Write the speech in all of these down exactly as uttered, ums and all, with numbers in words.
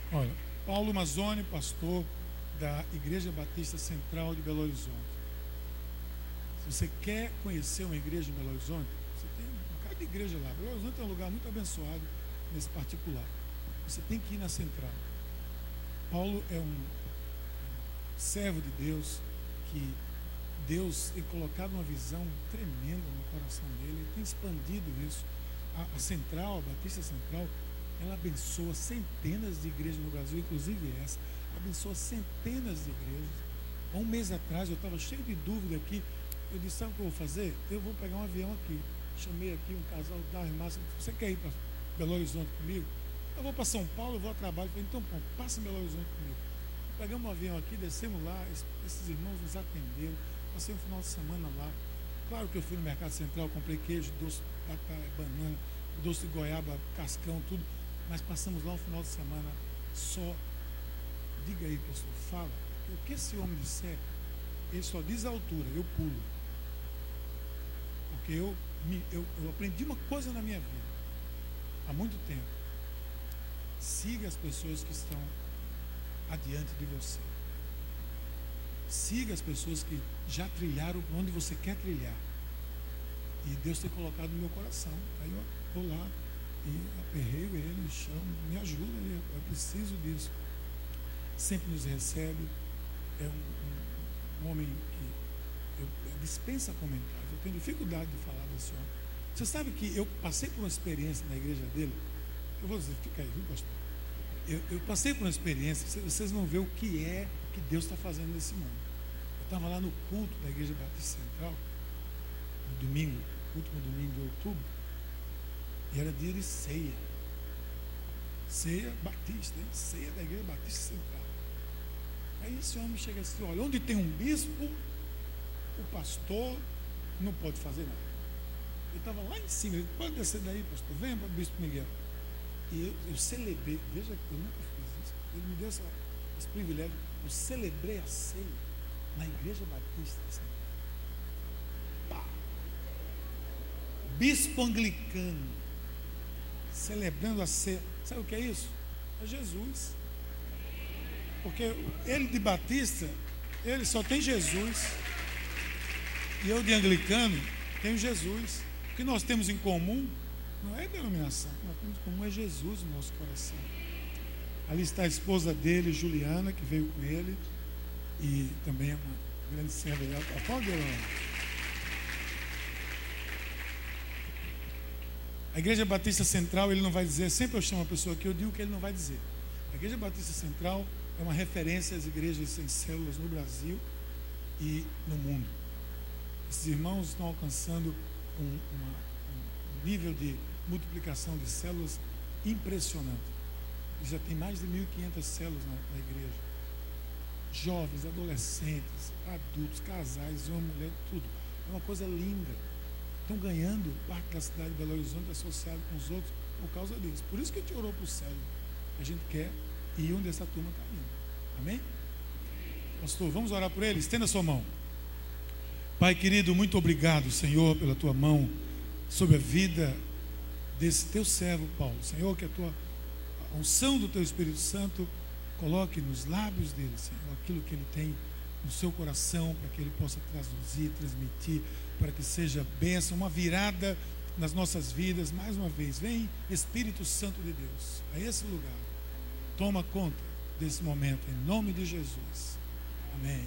Olha, Paulo Mazzoni, pastor da Igreja Batista Central de Belo Horizonte. Se você quer conhecer uma igreja em Belo Horizonte, você tem um bocado de igreja lá. Belo Horizonte é um lugar muito abençoado nesse particular. Você tem que ir na Central. Paulo é um servo de Deus que Deus tem colocado uma visão tremenda no coração dele. Ele tem expandido isso. A, a Central, a Batista Central, ela abençoa centenas de igrejas no Brasil, inclusive essa. Abençoa centenas de igrejas. Há um mês atrás eu estava cheio de dúvida aqui. Eu disse, sabe o que eu vou fazer? Eu vou pegar um avião aqui. Chamei aqui um casal da Irmã. Você quer ir para Belo Horizonte comigo? Eu vou para São Paulo, eu vou a trabalho. Eu falei, então pronto, passa em Belo Horizonte comigo. Pegamos um avião aqui, descemos lá. Esses irmãos nos atenderam. Passei um final de semana lá. Claro que eu fui no Mercado Central, comprei queijo, doce, batata, banana, doce de goiaba, cascão, tudo. Mas passamos lá um final de semana só. Diga aí, pastor, fala. O que esse homem disser, ele só diz a altura, eu pulo. Porque eu, me, eu, eu aprendi uma coisa na minha vida, há muito tempo. Siga as pessoas que estão adiante de você. Siga as pessoas que já trilharam onde você quer trilhar. E Deus tem colocado no meu coração. Aí eu vou lá e aperreio ele, chamo, me ajuda, eu preciso disso. Sempre nos recebe. É um, um, um homem que eu, eu dispensa comentários. Eu tenho dificuldade de falar desse homem. Você sabe que eu passei por uma experiência na igreja dele. Eu vou dizer, fica aí, viu, pastor? Eu, eu passei por uma experiência, vocês vão ver o que é que Deus está fazendo nesse mundo. Eu estava lá no culto da Igreja Batista Central, no domingo, último domingo de outubro, e era dia de ceia. Ceia Batista, hein? Ceia da Igreja Batista Central. Aí esse homem chega assim, olha, onde tem um bispo, o pastor não pode fazer nada. Ele estava lá em cima, ele pode descer daí, pastor, venha para o bispo Miguel. E eu, eu celebrei, veja que eu nunca fiz isso, ele me deu essa, esse privilégio, eu celebrei a ceia na Igreja Batista Central. Pá! Bispo anglicano, celebrando a ceia, sabe o que é isso? É Jesus. Porque ele de Batista, ele só tem Jesus, e eu de anglicano tenho Jesus. O que nós temos em comum não é denominação, o que nós temos em comum é Jesus no nosso coração. Ali está a esposa dele, Juliana, que veio com ele, e também é uma grande serva dela. Pode, a Igreja Batista Central, ele não vai dizer, sempre eu chamo a pessoa aqui, eu digo que ele não vai dizer. A Igreja Batista Central é uma referência às igrejas sem células no Brasil e no mundo. Esses irmãos estão alcançando um, uma, um nível de multiplicação de células impressionante. Eles já tem mais de mil e quinhentas células na, na igreja. Jovens, adolescentes, adultos, casais, homem, mulher, tudo. É uma coisa linda. Estão ganhando parte da cidade de Belo Horizonte associado com os outros por causa disso. Por isso que a gente orou para o céu. A gente quer ir onde essa turma está indo. Amém? Pastor, vamos orar por ele? Estenda a sua mão. Pai querido, muito obrigado, Senhor, pela tua mão sobre a vida desse teu servo, Paulo. Senhor, que a tua a unção do teu Espírito Santo coloque nos lábios dele, Senhor, aquilo que ele tem no seu coração, para que ele possa traduzir, transmitir, para que seja bênção, uma virada nas nossas vidas. Mais uma vez, vem Espírito Santo de Deus a esse lugar, toma conta desse momento, em nome de Jesus. Amém.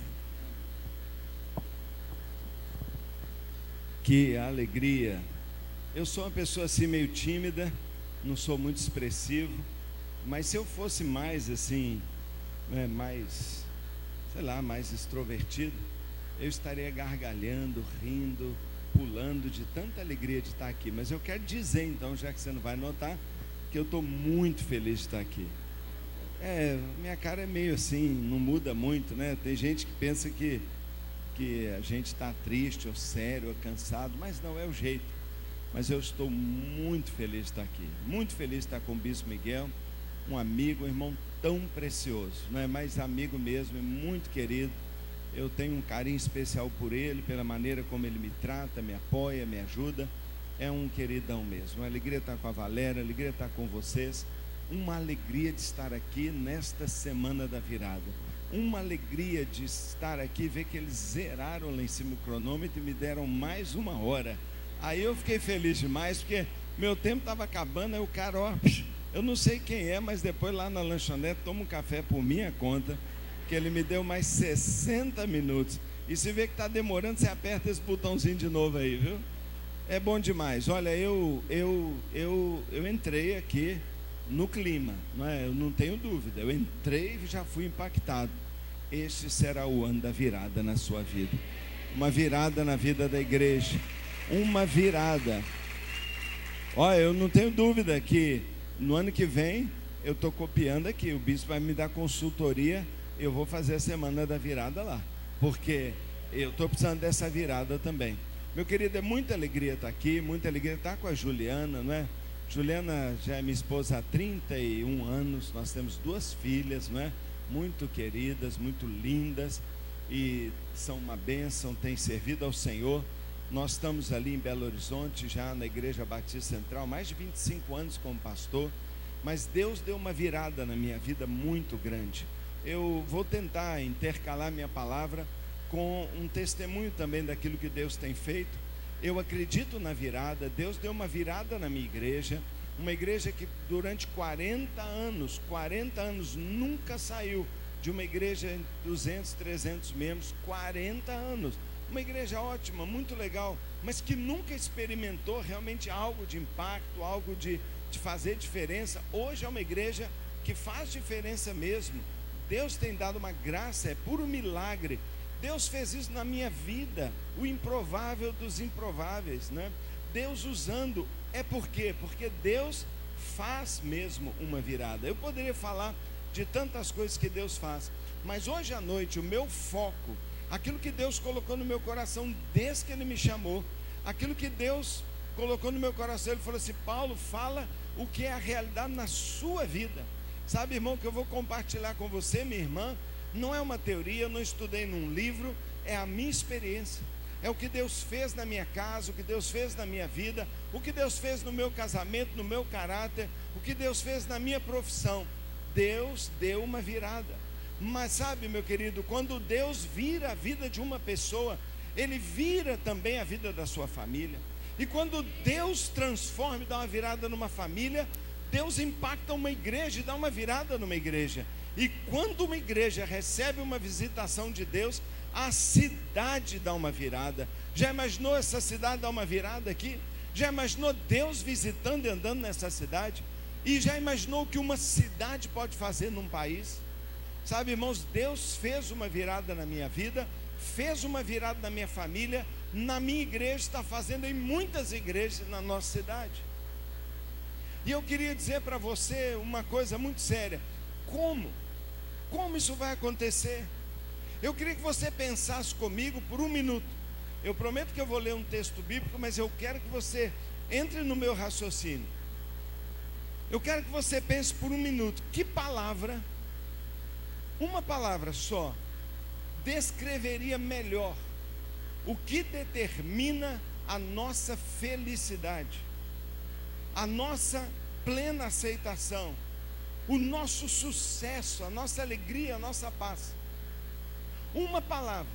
Que alegria. Eu sou uma pessoa assim meio tímida, não sou muito expressivo, mas se eu fosse mais assim, né, mais, sei lá, mais extrovertido, eu estaria gargalhando, rindo, pulando de tanta alegria de estar aqui. Mas eu quero dizer então, já que você não vai notar, que eu estou muito feliz de estar aqui. É, minha cara é meio assim, não muda muito, né? Tem gente que pensa que, que a gente está triste, ou sério, ou cansado, mas não, é o jeito. Mas eu estou muito feliz de estar aqui, muito feliz de estar com o Bispo Miguel, um amigo, um irmão tão precioso, não é mais amigo mesmo, é muito querido. Eu tenho um carinho especial por ele, pela maneira como ele me trata, me apoia, me ajuda. É um queridão mesmo. Uma alegria estar com a Valéria, alegria estar com vocês. uma alegria de estar aqui nesta semana da virada. Uma alegria de estar aqui, ver que eles zeraram lá em cima o cronômetro e me deram mais uma hora. Aí eu fiquei feliz demais, porque meu tempo estava acabando. Aí o cara, ó, eu não sei quem é, mas depois lá na lanchonete toma um café por minha conta, que ele me deu mais sessenta minutos. E se vê que está demorando, você aperta esse botãozinho de novo aí, viu? É bom demais. Olha, eu, eu, eu, eu entrei aqui no clima, não é? Eu não tenho dúvida. Eu entrei e já fui impactado. Este será o ano da virada na sua vida. Uma virada na vida da igreja. Uma virada. Olha, eu não tenho dúvida que no ano que vem eu estou copiando aqui. O bispo vai me dar consultoria. Eu vou fazer a semana da virada lá, porque eu estou precisando dessa virada também. Meu querido, é muita alegria estar aqui, muita alegria estar com a Juliana, não é? Juliana já é minha esposa há trinta e um anos, nós temos duas filhas, não é? Muito queridas, muito lindas, e são uma bênção, têm servido ao Senhor. Nós estamos ali em Belo Horizonte, já na Igreja Batista Central, mais de vinte e cinco anos como pastor, mas Deus deu uma virada na minha vida muito grande. Eu vou tentar intercalar minha palavra com um testemunho também daquilo que Deus tem feito. Eu acredito na virada. Deus deu uma virada na minha igreja, uma igreja que durante quarenta anos, quarenta anos nunca saiu de uma igreja de duzentos, trezentos membros, quarenta anos, uma igreja ótima, muito legal, mas que nunca experimentou realmente algo de impacto, algo de, de fazer diferença. Hoje é uma igreja que faz diferença mesmo. Deus tem dado uma graça, é puro milagre. Deus fez isso na minha vida, o improvável dos improváveis, né? Deus usando, é por quê? Porque Deus faz mesmo uma virada. Eu poderia falar de tantas coisas que Deus faz, mas hoje à noite o meu foco, aquilo que Deus colocou no meu coração desde que Ele me chamou, aquilo que Deus colocou no meu coração, Ele falou assim: Paulo, fala o que é a realidade na sua vida. Sabe, irmão, que eu vou compartilhar com você, minha irmã, não é uma teoria, eu não estudei num livro, é a minha experiência, é o que Deus fez na minha casa, o que Deus fez na minha vida, o que Deus fez no meu casamento, no meu caráter, o que Deus fez na minha profissão. Deus deu uma virada. Mas sabe, meu querido, quando Deus vira a vida de uma pessoa, Ele vira também a vida da sua família. E quando Deus transforma e dá uma virada numa família, Deus impacta uma igreja e dá uma virada numa igreja. E quando uma igreja recebe uma visitação de Deus, a cidade dá uma virada. Já imaginou essa cidade dar uma virada aqui? Já imaginou Deus visitando e andando nessa cidade? E já imaginou o que uma cidade pode fazer num país? Sabe, irmãos, Deus fez uma virada na minha vida, fez uma virada na minha família, na minha igreja, está fazendo em muitas igrejas na nossa cidade. E eu queria dizer para você uma coisa muito séria: como? Como isso vai acontecer? Eu queria que você pensasse comigo por um minuto. Eu prometo que eu vou ler um texto bíblico, mas eu quero que você entre no meu raciocínio. Eu quero que você pense por um minuto: que palavra, uma palavra só, descreveria melhor o que determina a nossa felicidade, a nossa plena aceitação, o nosso sucesso, a nossa alegria, a nossa paz? Uma palavra.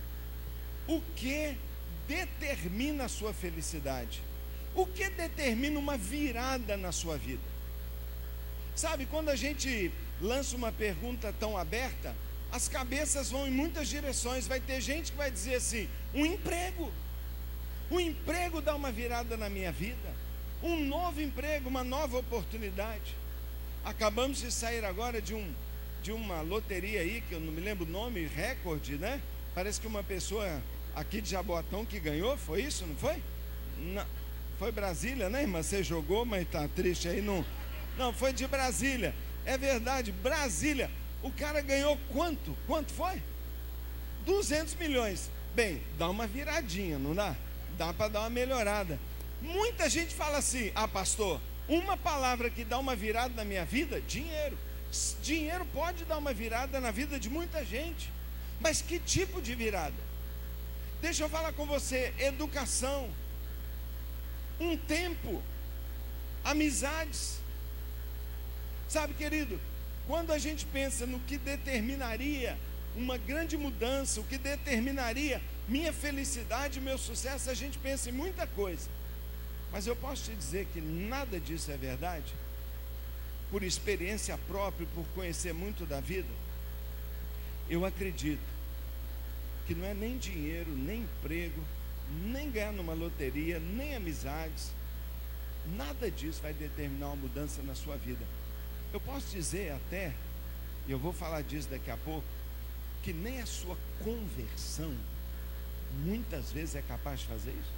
O que determina a sua felicidade? O que determina uma virada na sua vida? Sabe, quando a gente lança uma pergunta tão aberta, as cabeças vão em muitas direções. Vai ter gente que vai dizer assim: um emprego. O emprego dá uma virada na minha vida. Um novo emprego, uma nova oportunidade. Acabamos de sair agora de, um, de uma loteria aí, que eu não me lembro o nome, recorde, né? Parece que uma pessoa aqui de Jaboatão que ganhou, foi isso, não foi? Não, foi Brasília, né, irmã? Você jogou, mas está triste aí, não... Não, foi de Brasília, é verdade, Brasília. O cara ganhou quanto? Quanto foi? duzentos milhões. Bem, dá uma viradinha, não dá? Dá para dar uma melhorada. Muita gente fala assim: ah, pastor, uma palavra que dá uma virada na minha vida: dinheiro. Dinheiro pode dar uma virada na vida de muita gente, mas que tipo de virada? Deixa eu falar com você: educação, um tempo, amizades. Sabe, querido, quando a gente pensa no que determinaria uma grande mudança, o que determinaria minha felicidade, meu sucesso, a gente pensa em muita coisa. Mas eu posso te dizer que nada disso é verdade. Por experiência própria, por conhecer muito da vida, eu acredito que não é nem dinheiro, nem emprego, nem ganhar numa loteria, nem amizades, nada disso vai determinar uma mudança na sua vida. Eu posso dizer até, e eu vou falar disso daqui a pouco, que nem a sua conversão muitas vezes é capaz de fazer isso.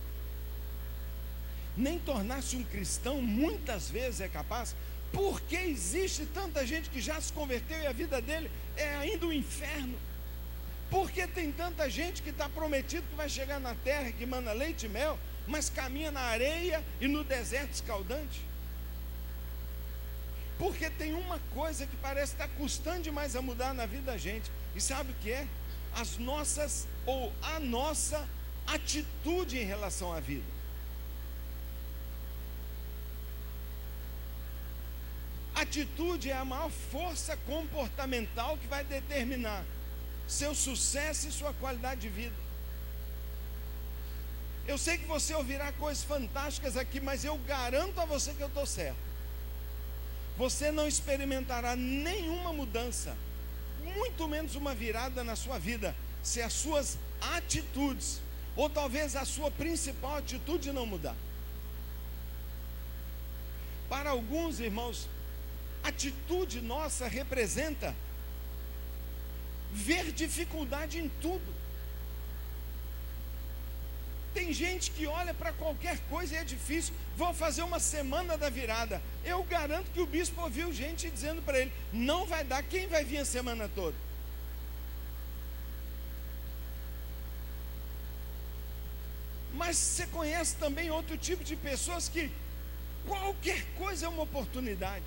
Nem tornar-se um cristão muitas vezes é capaz, porque existe tanta gente que já se converteu e a vida dele é ainda um inferno. Porque tem tanta gente que está prometido que vai chegar na terra que manda leite e mel, mas caminha na areia e no deserto escaldante. Porque tem uma coisa que parece estar custando demais a mudar na vida da gente. E sabe o que é? As nossas, ou a nossa atitude em relação à vida. Atitude é a maior força comportamental que vai determinar seu sucesso e sua qualidade de vida. Eu sei que você ouvirá coisas fantásticas aqui, mas eu garanto a você que eu estou certo. Você não experimentará nenhuma mudança, muito menos uma virada na sua vida, se as suas atitudes, ou talvez a sua principal atitude não mudar. Para alguns irmãos, atitude nossa representa ver dificuldade em tudo. Tem gente que olha para qualquer coisa e é difícil. Vou fazer uma semana da virada. Eu garanto que o bispo ouviu gente dizendo para ele: não vai dar, quem vai vir a semana toda? Mas você conhece também outro tipo de pessoas que qualquer coisa é uma oportunidade.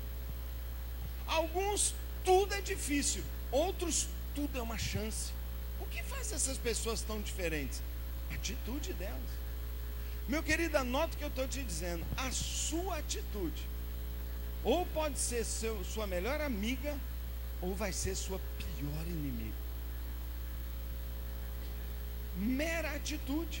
Alguns tudo é difícil, outros tudo é uma chance. O que faz essas pessoas tão diferentes? A atitude delas. Meu querido, anota o que eu estou te dizendo. A sua atitude ou pode ser seu, sua melhor amiga, ou vai ser sua pior inimiga. Mera atitude.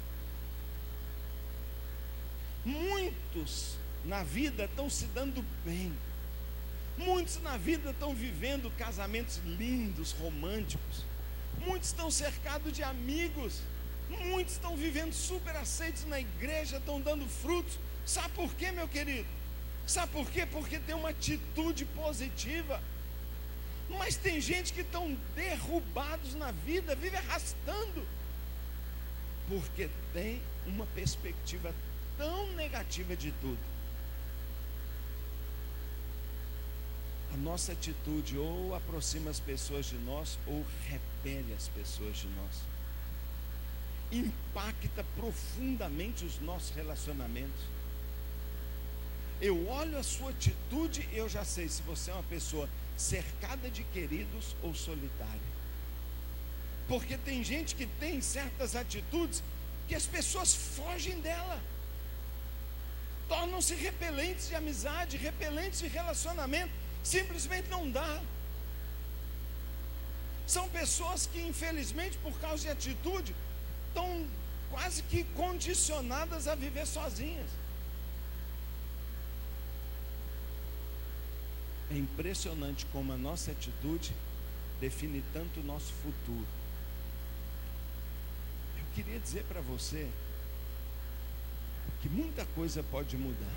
Muitos na vida estão se dando bem. Muitos na vida estão vivendo casamentos lindos, românticos. Muitos estão cercados de amigos. Muitos estão vivendo super aceitos na igreja, estão dando frutos. Sabe por quê, meu querido? Sabe por quê? Porque tem uma atitude positiva. Mas tem gente que estão derrubados na vida, vive arrastando, porque tem uma perspectiva tão negativa de tudo. A nossa atitude ou aproxima as pessoas de nós, ou repele as pessoas de nós. Impacta profundamente os nossos relacionamentos. Eu olho a sua atitude e eu já sei se você é uma pessoa cercada de queridos ou solitária. Porque tem gente que tem certas atitudes que as pessoas fogem dela, tornam-se repelentes de amizade, repelentes de relacionamento. Simplesmente não dá. São pessoas que, infelizmente, por causa de atitude, estão quase que condicionadas a viver sozinhas. É impressionante como a nossa atitude define tanto o nosso futuro. Eu queria dizer para você que muita coisa pode mudar.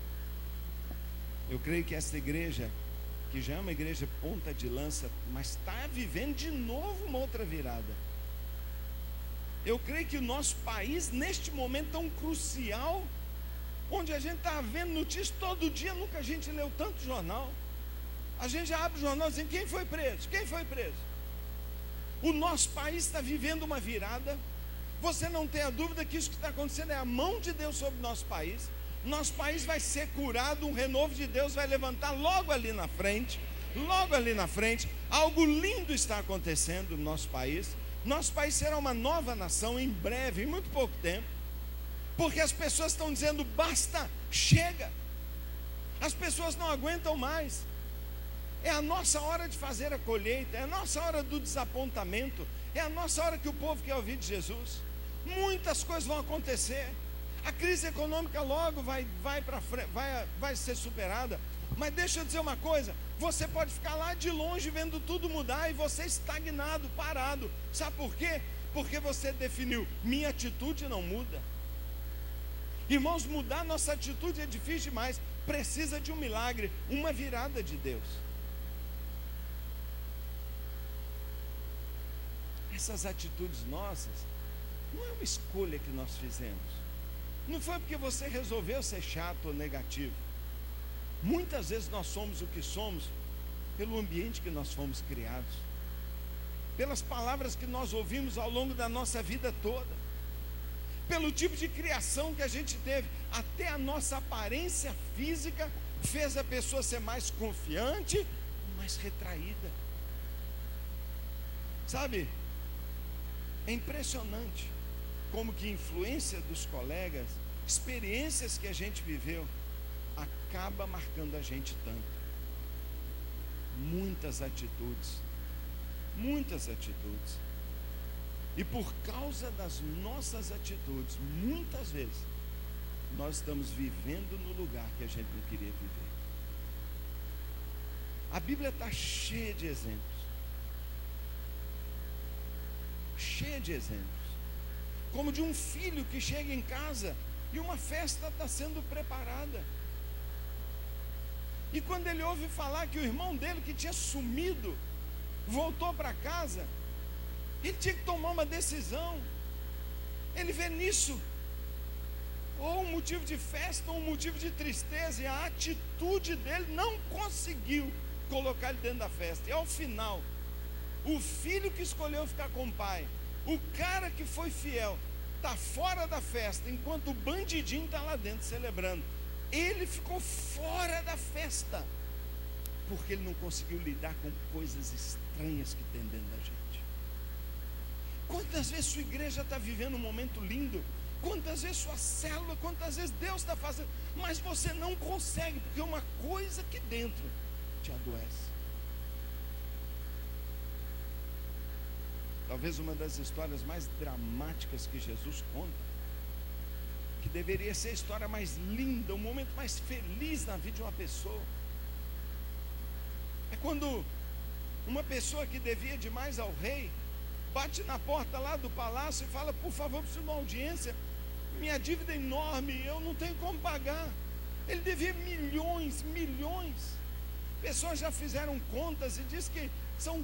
Eu creio que essa igreja, que já é uma igreja ponta de lança, mas está vivendo de novo uma outra virada. Eu creio que o nosso país, neste momento tão crucial, onde a gente está vendo notícias todo dia, nunca a gente leu tanto jornal. A gente já abre o jornal dizendo: quem foi preso? Quem foi preso? O nosso país está vivendo uma virada. Você não tem a dúvida que isso que está acontecendo é a mão de Deus sobre o nosso país. Nosso país vai ser curado, um renovo de Deus vai levantar logo ali na frente. Logo ali na frente, algo lindo está acontecendo no nosso país. Nosso país será uma nova nação em breve, em muito pouco tempo. Porque as pessoas estão dizendo: basta, chega. As pessoas não aguentam mais. É a nossa hora de fazer a colheita, é a nossa hora do desapontamento, é a nossa hora que o povo quer ouvir de Jesus. Muitas coisas vão acontecer. A crise econômica logo vai, vai, pra, vai, vai ser superada. Mas deixa eu dizer uma coisa: você pode ficar lá de longe vendo tudo mudar e você estagnado, parado. Sabe por quê? Porque você definiu: minha atitude não muda. Irmãos, mudar nossa atitude é difícil demais. Precisa de um milagre, uma virada de Deus. Essas atitudes nossas não é uma escolha que nós fizemos. Não foi porque você resolveu ser chato ou negativo. Muitas vezes nós somos o que somos pelo ambiente que nós fomos criados, pelas palavras que nós ouvimos ao longo da nossa vida toda, pelo tipo de criação que a gente teve. Até a nossa aparência física fez a pessoa ser mais confiante, mais retraída. Sabe, é impressionante como que influência dos colegas, experiências que a gente viveu, acaba marcando a gente tanto. Muitas atitudes, muitas atitudes. E por causa das nossas atitudes, muitas vezes, nós estamos vivendo no lugar que a gente não queria viver. A Bíblia está cheia de exemplos. Cheia de exemplos. Como de um filho que chega em casa e uma festa está sendo preparada. E quando ele ouve falar que o irmão dele, que tinha sumido, voltou para casa, ele tinha que tomar uma decisão. Ele vê nisso ou um motivo de festa ou um motivo de tristeza, e a atitude dele não conseguiu colocar ele dentro da festa. E ao final, o filho que escolheu ficar com o pai, o cara que foi fiel, está fora da festa, enquanto o bandidinho está lá dentro celebrando. Ele ficou fora da festa, porque ele não conseguiu lidar com coisas estranhas que tem dentro da gente. Quantas vezes sua igreja está vivendo um momento lindo, quantas vezes sua célula, quantas vezes Deus está fazendo, mas você não consegue, porque uma coisa aqui dentro te adoece. Talvez uma das histórias mais dramáticas que Jesus conta, que deveria ser a história mais linda, o momento mais feliz na vida de uma pessoa, é quando uma pessoa que devia demais ao rei bate na porta lá do palácio e fala: por favor, preciso de uma audiência, minha dívida é enorme, eu não tenho como pagar. Ele devia milhões, milhões. Pessoas já fizeram contas e diz que são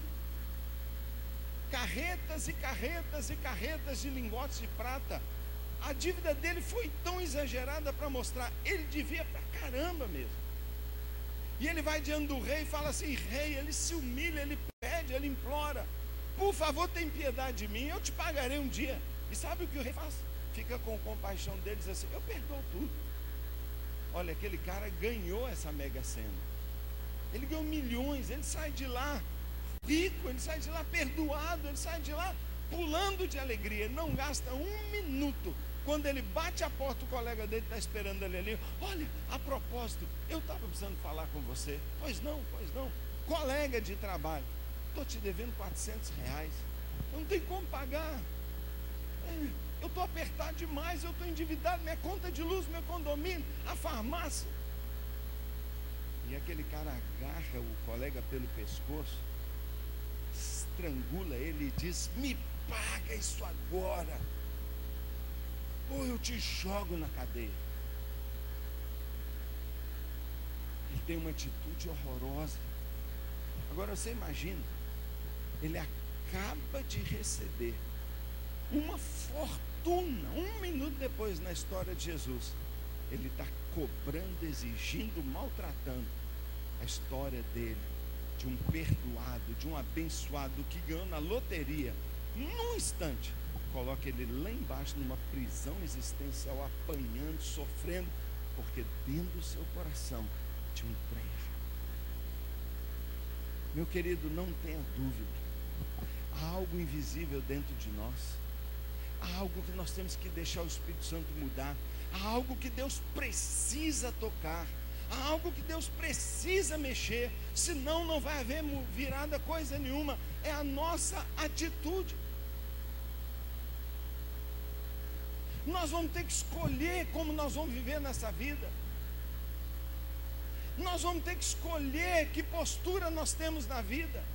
carretas e carretas e carretas de lingotes de prata. A dívida dele foi tão exagerada para mostrar, ele devia pra caramba mesmo. E ele vai diante do rei e fala assim: rei, ele se humilha, ele pede, ele implora: por favor, tem piedade de mim, eu te pagarei um dia. E sabe o que o rei faz? Fica com compaixão deles assim: eu perdoo tudo. Olha, aquele cara ganhou essa mega sena, ele ganhou milhões, ele sai de lá rico, ele sai de lá perdoado, ele sai de lá pulando de alegria. Ele não gasta um minuto. Quando ele bate a porta, o colega dele está esperando ele ali: olha, a propósito, eu estava precisando falar com você. Pois não, pois não. Colega de trabalho, estou te devendo quatrocentos reais, eu não tenho como pagar, eu estou apertado demais, eu estou endividado, minha conta de luz, meu condomínio, a farmácia. E aquele cara agarra o colega pelo pescoço, estrangula ele e diz: me paga isso agora, ou eu te jogo na cadeia. Ele tem uma atitude horrorosa. Agora você imagina, ele acaba de receber uma fortuna, um minuto depois na história de Jesus, ele está cobrando, exigindo, maltratando a história dele, de um perdoado, de um abençoado que ganhou na loteria. Num instante, coloca ele lá embaixo numa prisão existencial, apanhando, sofrendo, porque dentro do seu coração tinha um trem errado. Meu querido, não tenha dúvida, há algo invisível dentro de nós, há algo que nós temos que deixar o Espírito Santo mudar, há algo que Deus precisa tocar, Há algo que Deus precisa mexer, senão não vai haver virada coisa nenhuma. É a nossa atitude. Nós vamos ter que escolher como nós vamos viver nessa vida. Nós vamos ter que escolher que postura nós temos na vida.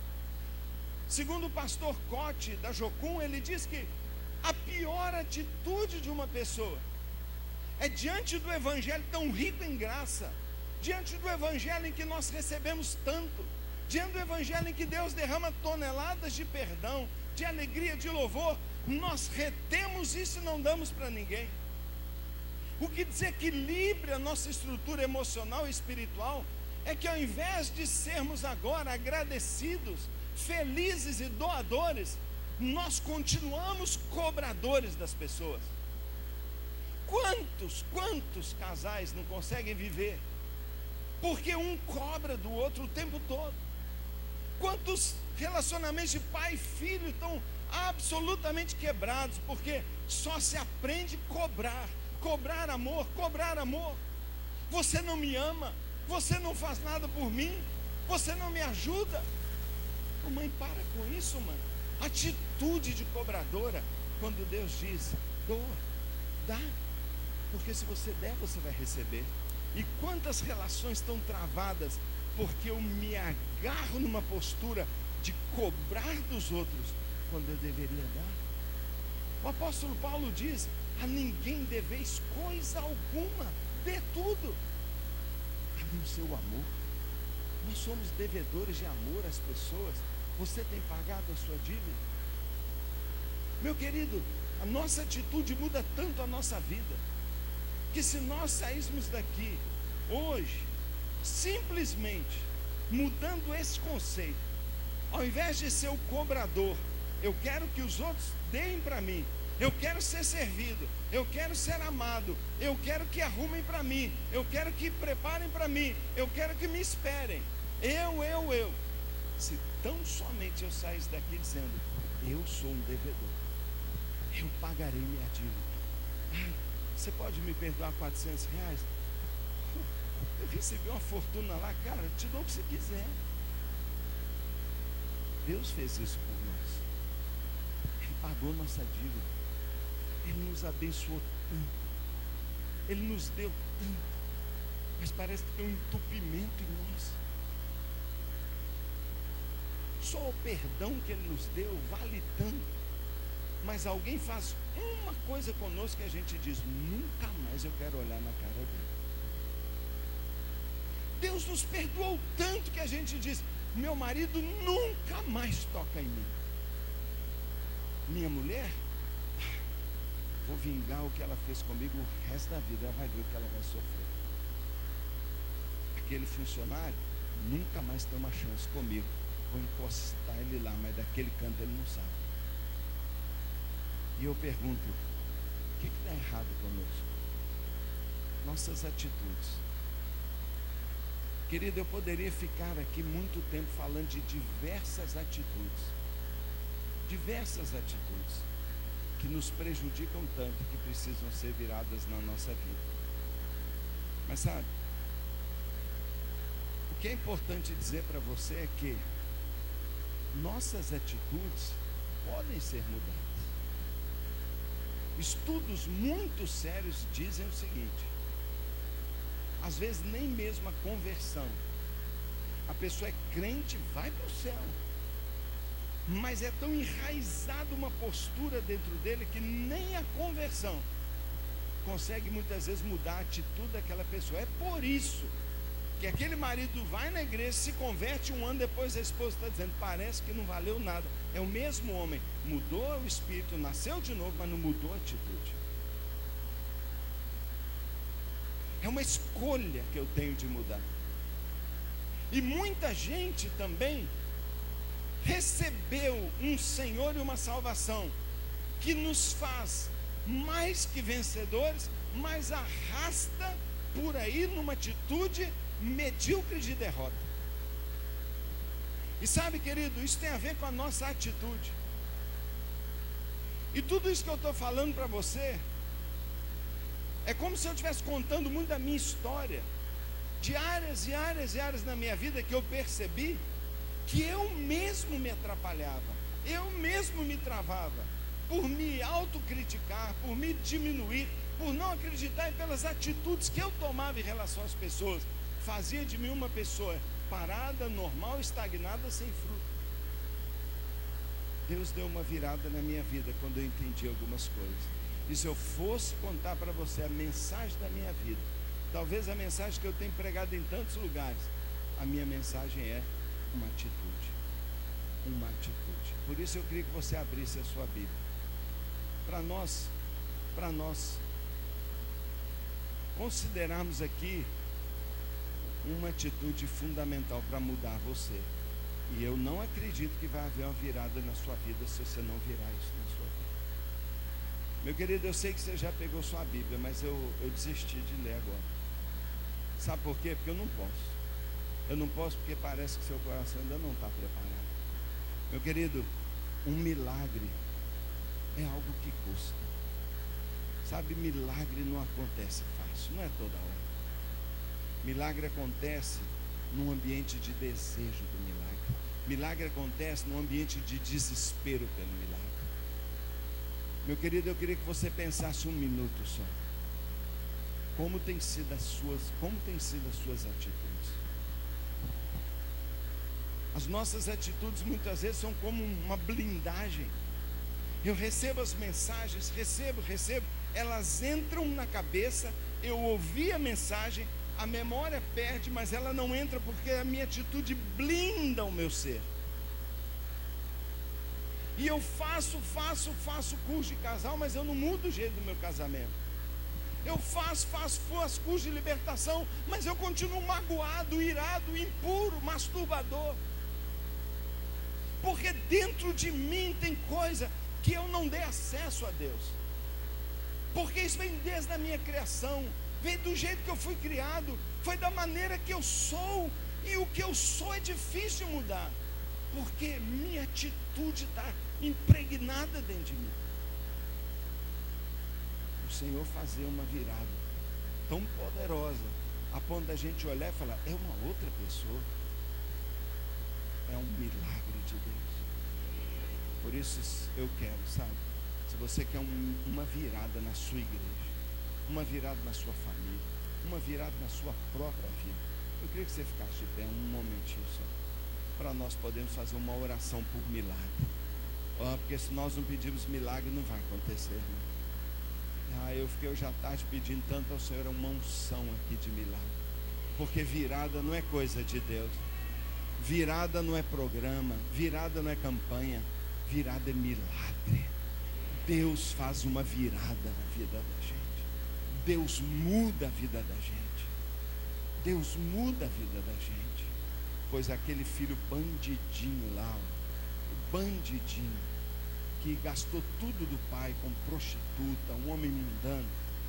Segundo o pastor Cote, da Jocum, ele diz que a pior atitude de uma pessoa é diante do evangelho tão rico em graça, diante do evangelho em que nós recebemos tanto, diante do evangelho em que Deus derrama toneladas de perdão, de alegria, de louvor, nós retemos isso e não damos para ninguém. O que desequilibra a nossa estrutura emocional e espiritual é que, ao invés de sermos agora agradecidos, felizes e doadores, nós continuamos cobradores das pessoas. Quantos, quantos casais não conseguem viver porque um cobra do outro o tempo todo? Quantos relacionamentos de pai e filho estão absolutamente quebrados porque só se aprende a cobrar, cobrar amor, cobrar amor. Você não me ama, você não faz nada por mim, você não me ajuda. Oh, mãe, para com isso, mãe. Atitude de cobradora, quando Deus diz, doa, dá, porque se você der, você vai receber. E quantas relações estão travadas porque eu me agarro numa postura de cobrar dos outros quando eu deveria dar? O apóstolo Paulo diz, a ninguém deveis coisa alguma, dê tudo, a não ser o amor. Nós somos devedores de amor às pessoas. Você tem pagado a sua dívida? Meu querido, a nossa atitude muda tanto a nossa vida, que se nós saíssemos daqui hoje, simplesmente mudando esse conceito, ao invés de ser o cobrador, eu quero que os outros deem para mim, eu quero ser servido, eu quero ser amado, eu quero que arrumem para mim, eu quero que preparem para mim, eu quero que me esperem, eu, eu, eu. Se tão somente eu saísse daqui dizendo, eu sou um devedor, eu pagarei minha dívida. Ai, você pode me perdoar quatrocentos reais? Eu recebi uma fortuna lá, cara, eu te dou o que você quiser. Deus fez isso por nós. Ele pagou nossa dívida. Ele nos abençoou tanto. Ele nos deu tanto. Mas parece que tem um entupimento em nós. Só o perdão que Ele nos deu vale tanto. Mas alguém faz uma coisa conosco que a gente diz, nunca mais eu quero olhar na cara dele. Deus nos perdoou tanto que a gente diz, meu marido nunca mais toca em mim. Minha mulher, vou vingar o que ela fez comigo o resto da vida, ela vai ver o que ela vai sofrer. Aquele funcionário nunca mais tem uma chance comigo. Vou encostar ele lá, mas daquele canto ele não sabe. E eu pergunto, o que está errado conosco? Nossas atitudes. Querido, eu poderia ficar aqui muito tempo falando de diversas atitudes. Diversas atitudes que nos prejudicam tanto, que precisam ser viradas na nossa vida. Mas sabe, o que é importante dizer para você é que nossas atitudes podem ser mudadas. Estudos muito sérios dizem o seguinte: às vezes nem mesmo a conversão, a pessoa é crente, vai para o céu, mas é tão enraizada uma postura dentro dele que nem a conversão consegue muitas vezes mudar a atitude daquela pessoa. É por isso que aquele marido vai na igreja, se converte, um ano depois a esposa está dizendo, parece que não valeu nada. É o mesmo homem, mudou o espírito, nasceu de novo, mas não mudou a atitude. É uma escolha que eu tenho de mudar. E muita gente também recebeu um Senhor e uma salvação que nos faz mais que vencedores, mas arrasta por aí numa atitude medíocre de derrota. E sabe, querido, isso tem a ver com a nossa atitude. E tudo isso que eu estou falando para você é como se eu estivesse contando muito da minha história. de áreas e áreas e áreas na minha vida que eu percebi que eu mesmo me atrapalhava, eu mesmo me travava, por me autocriticar, por me diminuir, por não acreditar e pelas atitudes que eu tomava em relação às pessoas, fazia de mim uma pessoa parada, normal, estagnada, sem fruto. Deus deu uma virada na minha vida quando eu entendi algumas coisas. E se eu fosse contar para você a mensagem da minha vida, talvez a mensagem que eu tenho pregado em tantos lugares, a minha mensagem é uma atitude, uma atitude. Por isso eu queria que você abrisse a sua Bíblia, para nós, para nós considerarmos aqui uma atitude fundamental para mudar você. E eu não acredito que vai haver uma virada na sua vida se você não virar isso na sua vida. Meu querido, eu sei que você já pegou sua Bíblia, mas eu, eu desisti de ler agora. Sabe por quê? Porque eu não posso. Eu não posso porque parece que seu coração ainda não está preparado. Meu querido, um milagre é algo que custa. Sabe, milagre não acontece fácil, não é toda hora. Milagre acontece num ambiente de desejo do milagre. Milagre acontece num ambiente de desespero pelo milagre. Meu querido, eu queria que você pensasse um minuto só. Como tem sido as suas, como tem sido as suas atitudes? As nossas atitudes muitas vezes são como uma blindagem. Eu recebo as mensagens, recebo, recebo, elas entram na cabeça, eu ouvi a mensagem, a memória perde, mas ela não entra porque a minha atitude blinda o meu ser. E eu faço, faço, faço curso de casal, mas eu não mudo o jeito do meu casamento. Eu faço, faço, faço curso de libertação, mas eu continuo magoado, irado, impuro, masturbador. Porque dentro de mim tem coisa que eu não dei acesso a Deus. Porque isso vem desde a minha criação, veio do jeito que eu fui criado, foi da maneira que eu sou, e o que eu sou é difícil de mudar, porque minha atitude está impregnada dentro de mim. O Senhor fazer uma virada tão poderosa, a ponto da gente olhar e falar, é uma outra pessoa, é um milagre de Deus. Por isso eu quero, sabe, se você quer um, uma virada na sua igreja, uma virada na sua família, uma virada na sua própria vida, eu queria que você ficasse de pé um momentinho só, para nós podermos fazer uma oração por milagre. Oh, porque se nós não pedirmos milagre, não vai acontecer, né? Ah, eu fiquei hoje à tarde pedindo tanto ao Senhor uma unção aqui de milagre, porque virada não é coisa de Deus, virada não é programa, virada não é campanha, virada é milagre. Deus faz uma virada na vida da gente. Deus muda a vida da gente. Deus muda a vida da gente. Pois aquele filho bandidinho lá, o bandidinho, que gastou tudo do pai com prostituta, um homem mundano,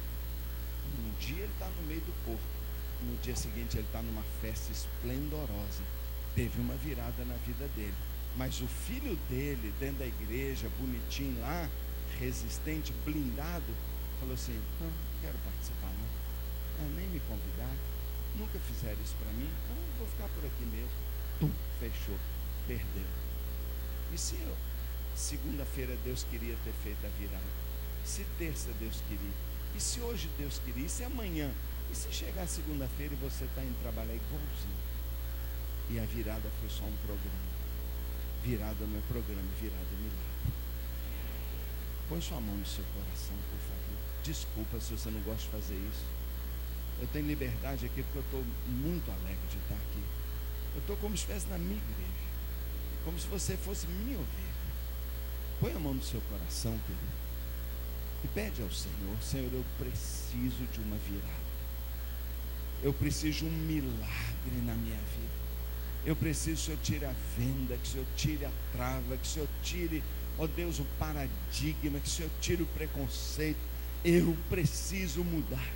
um dia ele está no meio do porco, no dia seguinte ele está numa festa esplendorosa. Teve uma virada na vida dele. Mas o filho dele, dentro da igreja, bonitinho lá, resistente, blindado, falou assim, não, não quero participar não, é, nem me convidar, nunca fizeram isso para mim, então vou ficar por aqui mesmo. Pum, fechou, perdeu. E se eu, segunda-feira Deus queria ter feito a virada, se terça Deus queria, e se hoje Deus queria, e se amanhã, e se chegar segunda-feira e você está indo trabalhar igualzinho, e a virada foi só um programa. Virada não é programa, virada é milagre. Põe sua mão no seu coração, por favor. Desculpa se você não gosta de fazer isso. Eu tenho liberdade aqui porque eu estou muito alegre de estar aqui. Eu estou como se estivesse na minha igreja, como se você fosse minha ovelha. Põe a mão no seu coração, querido, e pede ao Senhor, Senhor, eu preciso de uma virada. Eu preciso de um milagre na minha vida. Eu preciso que o Senhor tire a venda, que o Senhor tire a trava, que o Senhor tire, ó Deus, o paradigma, que o Senhor tire o preconceito. Eu preciso mudar.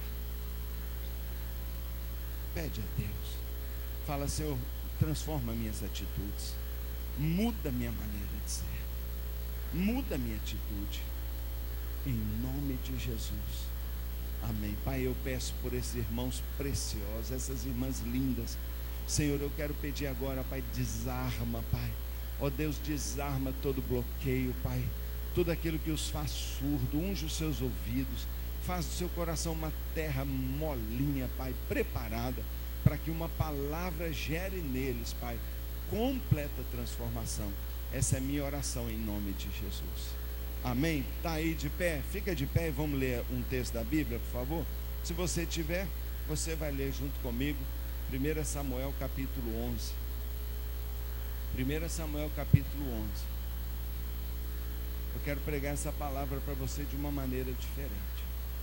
Pede a Deus. Fala, Senhor, transforma minhas atitudes. Muda minha maneira de ser. Muda minha atitude. Em nome de Jesus. Amém. Pai, eu peço por esses irmãos preciosos, essas irmãs lindas. Senhor, eu quero pedir agora, Pai, desarma, Pai. Ó Deus, desarma todo bloqueio, Pai. Tudo aquilo que os faz surdo, unge os seus ouvidos. Faz do seu coração uma terra molinha, Pai, preparada para que uma palavra gere neles, Pai, completa transformação. Essa é a minha oração em nome de Jesus. Amém? Está aí de pé? Fica de pé e vamos ler um texto da Bíblia, por favor. Se você tiver, você vai ler junto comigo. primeiro Samuel capítulo onze. primeiro Samuel capítulo onze. Eu quero pregar essa palavra para você de uma maneira diferente.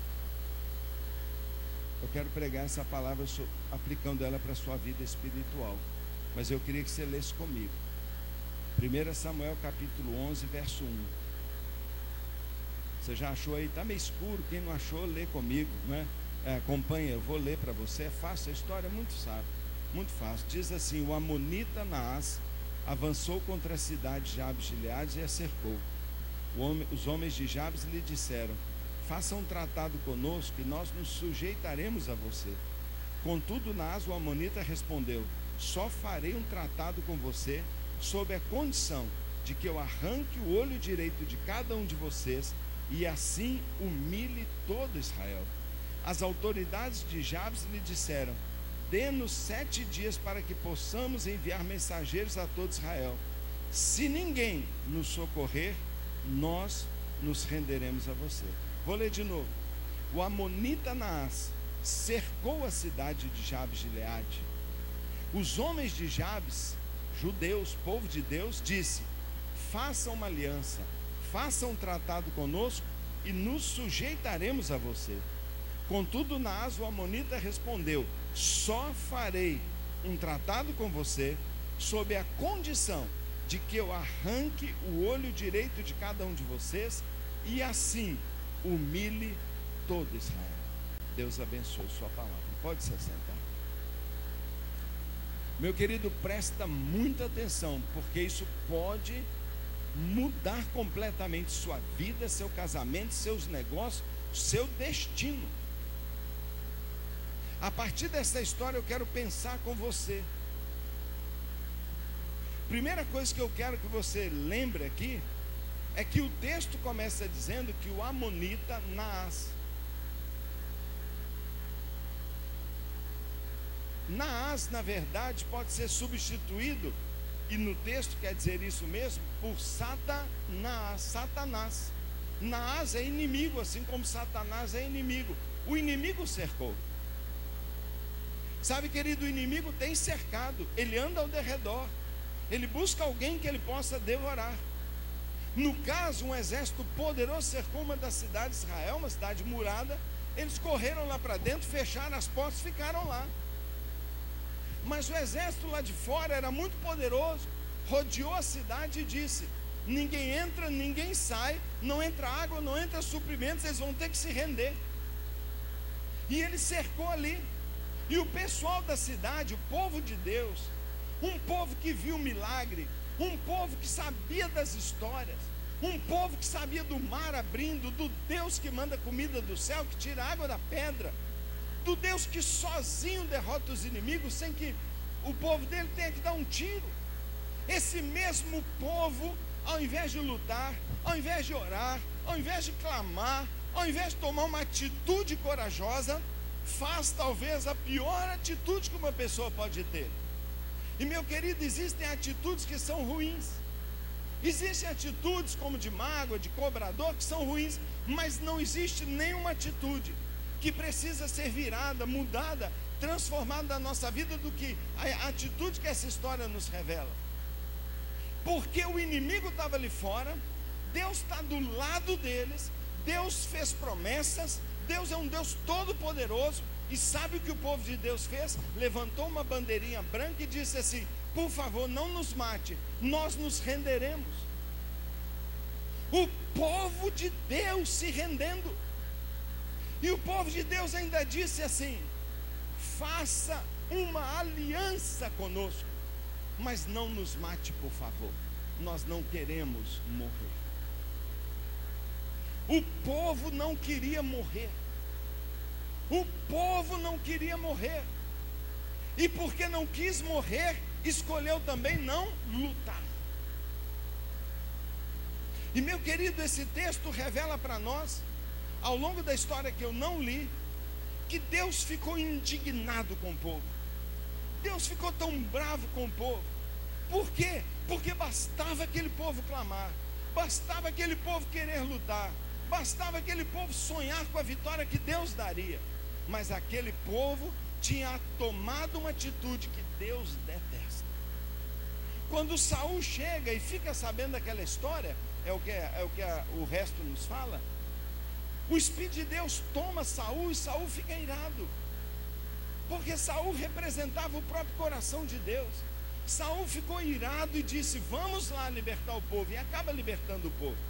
Eu quero pregar essa palavra aplicando ela para a sua vida espiritual. Mas eu queria que você lesse comigo. primeiro Samuel capítulo onze, verso um. Você já achou aí? Está meio escuro. Quem não achou, lê comigo, não é? É, acompanha, eu vou ler para você. É fácil, a história é muito sábia, muito fácil. Diz assim: o amonita Naás avançou contra a cidade de Jabes de Gileade e a cercou. O homem, os homens de Jabes lhe disseram: faça um tratado conosco e nós nos sujeitaremos a você. Contudo, Naás, o amonita, respondeu: só farei um tratado com você sob a condição de que eu arranque o olho direito de cada um de vocês e assim humilhe todo Israel. As autoridades de Jabes lhe disseram: dê-nos sete dias para que possamos enviar mensageiros a todo Israel. Se ninguém nos socorrer, nós nos renderemos a você. Vou ler de novo. O amonita Naás cercou a cidade de Jabes de Gileade. Os homens de Jabes, judeus, povo de Deus, disse: façam uma aliança, façam um tratado conosco e nos sujeitaremos a você. Contudo, Naás, o amonita, respondeu: só farei um tratado com você sob a condição de que eu arranque o olho direito de cada um de vocês e assim humilhe todo Israel. Deus abençoe sua palavra. Pode se assentar. Meu querido, presta muita atenção, porque isso pode mudar completamente sua vida, seu casamento, seus negócios, seu destino. A partir dessa história eu quero pensar com você. Primeira coisa que eu quero que você lembre aqui é que o texto começa dizendo que o amonita Naás. Naás, na verdade, pode ser substituído, e no texto quer dizer isso mesmo, por Satanás. Satanás. Naás é inimigo, assim como Satanás é inimigo. O inimigo cercou. Sabe, querido, o inimigo tem cercado, ele anda ao derredor, ele busca alguém que ele possa devorar. No caso, um exército poderoso cercou uma das cidades de Israel, uma cidade murada. Eles correram lá para dentro, fecharam as portas e ficaram lá. Mas o exército lá de fora era muito poderoso, rodeou a cidade e disse: ninguém entra, ninguém sai, não entra água, não entra suprimentos, eles vão ter que se render. E ele cercou ali. E o pessoal da cidade, o povo de Deus, um povo que viu milagre, um povo que sabia das histórias, um povo que sabia do mar abrindo, do Deus que manda comida do céu, que tira água da pedra, do Deus que sozinho derrota os inimigos sem que o povo dele tenha que dar um tiro. Esse mesmo povo, ao invés de lutar, ao invés de orar, ao invés de clamar, ao invés de tomar uma atitude corajosa, faz talvez a pior atitude que uma pessoa pode ter. E, meu querido, existem atitudes que são ruins. Existem atitudes como de mágoa, de cobrador, que são ruins, mas não existe nenhuma atitude que precisa ser virada, mudada, transformada na nossa vida do que a atitude que essa história nos revela. Porque o inimigo estava ali fora, Deus está do lado deles, Deus fez promessas, Deus é um Deus todo poderoso. E sabe o que o povo de Deus fez? Levantou uma bandeirinha branca e disse assim: por favor, não nos mate, nós nos renderemos. O povo de Deus se rendendo. E o povo de Deus ainda disse assim: faça uma aliança conosco, mas não nos mate, por favor, nós não queremos morrer. O povo não queria morrer. O povo não queria morrer, e porque não quis morrer, escolheu também não lutar. E meu querido, esse texto revela para nós, ao longo da história que eu não li, que Deus ficou indignado com o povo. Deus ficou tão bravo com o povo. Por quê? Porque bastava aquele povo clamar, bastava aquele povo querer lutar, bastava aquele povo sonhar com a vitória que Deus daria. Mas aquele povo tinha tomado uma atitude que Deus detesta. Quando Saul chega e fica sabendo daquela história, é o que, é o, que a, o resto nos fala, o Espírito de Deus toma Saul e Saul fica irado, porque Saul representava o próprio coração de Deus. Saul ficou irado e disse: vamos lá libertar o povo, e acaba libertando o povo.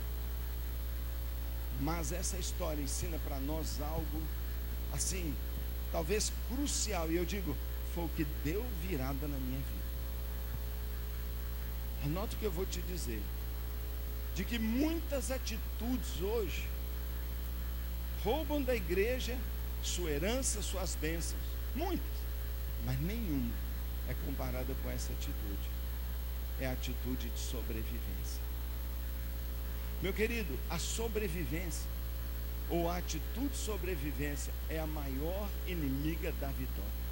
Mas essa história ensina para nós algo assim, talvez crucial, e eu digo, foi o que deu virada na minha vida. Anota o que eu vou te dizer, de que muitas atitudes hoje roubam da igreja sua herança, suas bênçãos, muitas, mas nenhuma é comparada com essa atitude. É a atitude de sobrevivência. Meu querido, a sobrevivência, ou a atitude de sobrevivência, é a maior inimiga da vitória.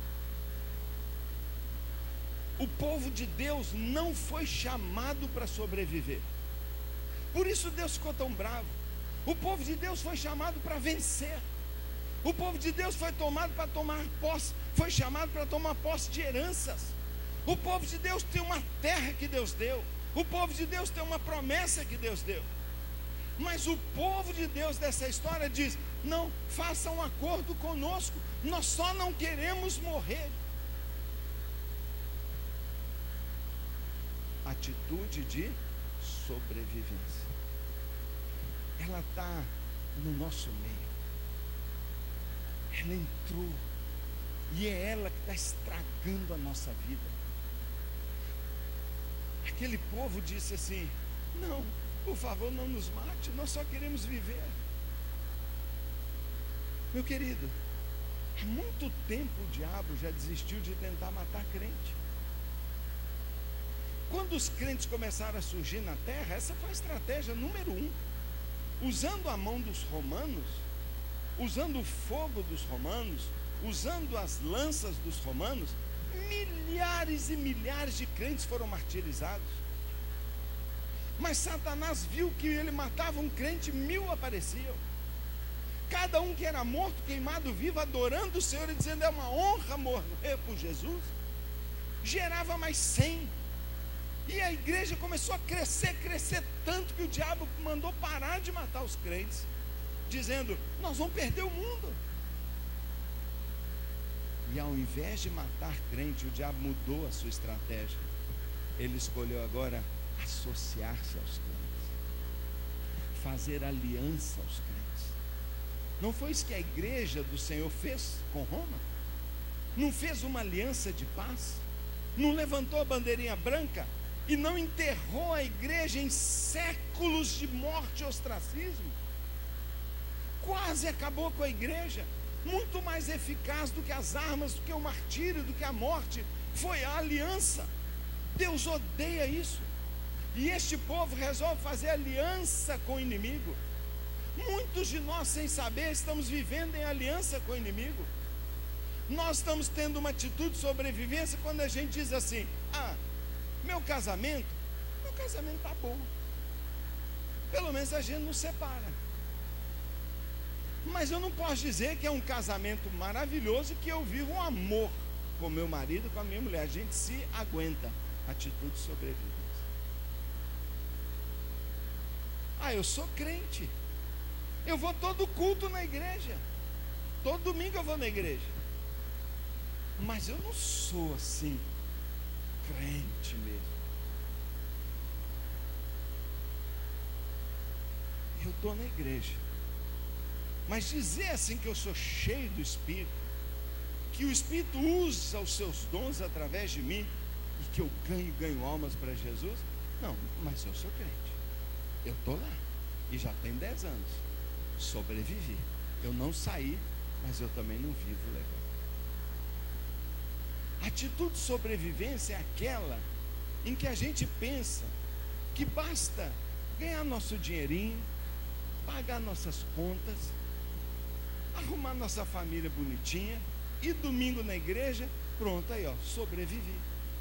O povo de Deus não foi chamado para sobreviver, por isso Deus ficou tão bravo. O povo de Deus foi chamado para vencer. O povo de Deus foi tomado para tomar posse, foi chamado para tomar posse de heranças. O povo de Deus tem uma terra que Deus deu. O povo de Deus tem uma promessa que Deus deu. Mas o povo de Deus dessa história diz: não, faça um acordo conosco, nós só não queremos morrer. Atitude de sobrevivência, ela está no nosso meio, ela entrou, e é ela que está estragando a nossa vida. Aquele povo disse assim: não, por favor, não nos mate, nós só queremos viver. Meu querido, há muito tempo o diabo já desistiu de tentar matar crente. Quando os crentes começaram a surgir na terra, essa foi a estratégia número um. Usando a mão dos romanos, usando o fogo dos romanos, usando as lanças dos romanos, milhares e milhares de crentes foram martirizados. Mas Satanás viu que ele matava um crente, mil apareciam. Cada um que era morto, queimado vivo, adorando o Senhor e dizendo: é uma honra morrer por Jesus, gerava mais cem. E a igreja começou a crescer, crescer tanto que o diabo mandou parar de matar os crentes, dizendo: nós vamos perder o mundo. E ao invés de matar crente, o diabo mudou a sua estratégia. Ele escolheu agora associar-se aos crentes, fazer aliança aos crentes. Não foi isso que a igreja do Senhor fez com Roma? Não fez uma aliança de paz? Não levantou a bandeirinha branca? E não enterrou a igreja em séculos de morte e ostracismo? Quase acabou com a igreja. Muito mais eficaz do que as armas, do que o martírio, do que a morte, foi a aliança. Deus odeia isso. E este povo resolve fazer aliança com o inimigo. Muitos de nós, sem saber, estamos vivendo em aliança com o inimigo. Nós estamos tendo uma atitude de sobrevivência quando a gente diz assim: ah, meu casamento, meu casamento está bom, pelo menos a gente não separa. Mas eu não posso dizer que é um casamento maravilhoso, que eu vivo um amor com meu marido, com a minha mulher. A gente se aguenta. Atitude de sobrevivência. Ah, eu sou crente, eu vou todo culto na igreja, todo domingo eu vou na igreja, mas eu não sou assim crente mesmo. Eu estou na igreja, mas dizer assim que eu sou cheio do Espírito, que o Espírito usa os seus dons através de mim, e que eu ganho, ganho almas para Jesus, não, mas eu sou crente, eu estou lá, e já tem dez anos, sobrevivi, eu não saí mas eu também não vivo legal. Atitude de sobrevivência é aquela em que a gente pensa que basta ganhar nosso dinheirinho, pagar nossas contas, arrumar nossa família bonitinha, e domingo na igreja, pronto, aí ó, sobrevivi.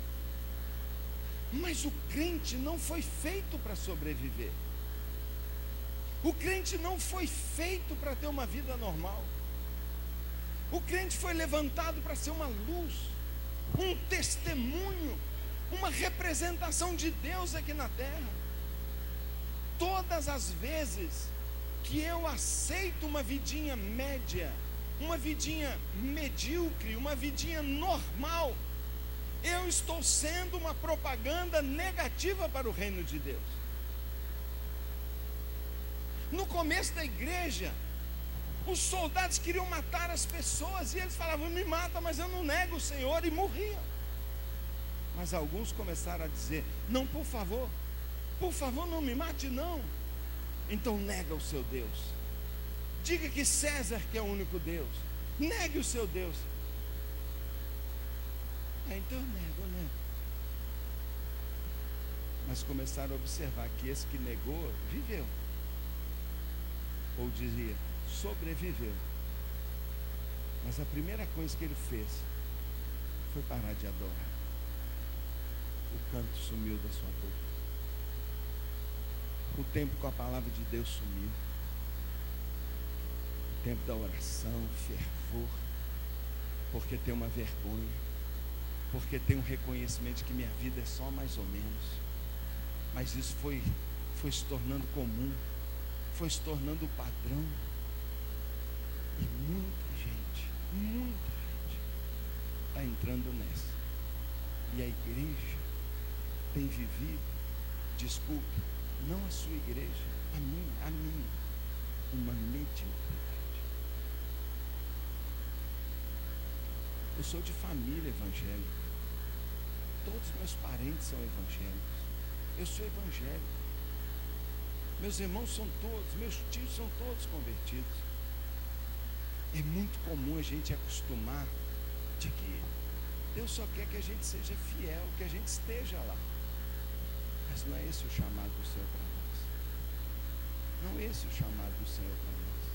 Mas o crente não foi feito para sobreviver. O crente não foi feito para ter uma vida normal. O crente foi levantado para ser uma luz, um testemunho, uma representação de Deus aqui na terra. Todas as vezes que eu aceito uma vidinha média, uma vidinha medíocre, uma vidinha normal, eu estou sendo uma propaganda negativa para o reino de Deus. No começo da igreja, os soldados queriam matar as pessoas, e eles falavam, me mata, mas eu não nego o Senhor, e morriam. Mas alguns começaram a dizer, não, por favor, por favor, não me mate não. Então nega o seu Deus, diga que César que é o único Deus, negue o seu Deus. Ah, então eu nego, eu nego. Mas começaram a observar que esse que negou, viveu. Ou dizia, sobreviveu. Mas a primeira coisa que ele fez foi parar de adorar. O canto sumiu da sua boca. O tempo com a palavra de Deus sumiu. O tempo da oração, fervor. Porque tem uma vergonha. Porque tem um reconhecimento de que minha vida é só mais ou menos. Mas isso foi, foi se tornando comum. Foi se tornando o padrão. E muita gente, muita gente está entrando nessa. E a igreja tem vivido, desculpe, não a sua igreja, a minha, a minha, uma mediocridade. Eu sou de família evangélica. Todos meus parentes são evangélicos. Eu sou evangélico. Meus irmãos são todos, meus tios são todos convertidos. É muito comum a gente acostumar de que Deus só quer que a gente seja fiel, que a gente esteja lá. Mas não é esse o chamado do Senhor para nós. Não é esse o chamado do Senhor para nós.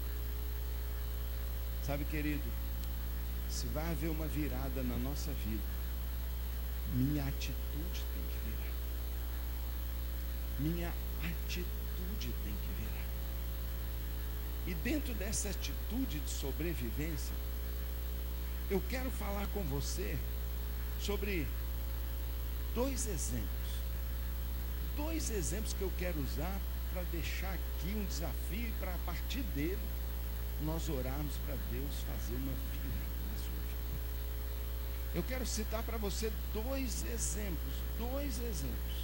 Sabe, querido, se vai haver uma virada na nossa vida, minha atitude tem que virar. Minha atitude tem que virar. E dentro dessa atitude de sobrevivência, eu quero falar com você sobre dois exemplos. Dois exemplos que eu quero usar para deixar aqui um desafio e para, a partir dele, nós orarmos para Deus fazer uma virada na sua vida. Eu quero citar para você dois exemplos, dois exemplos.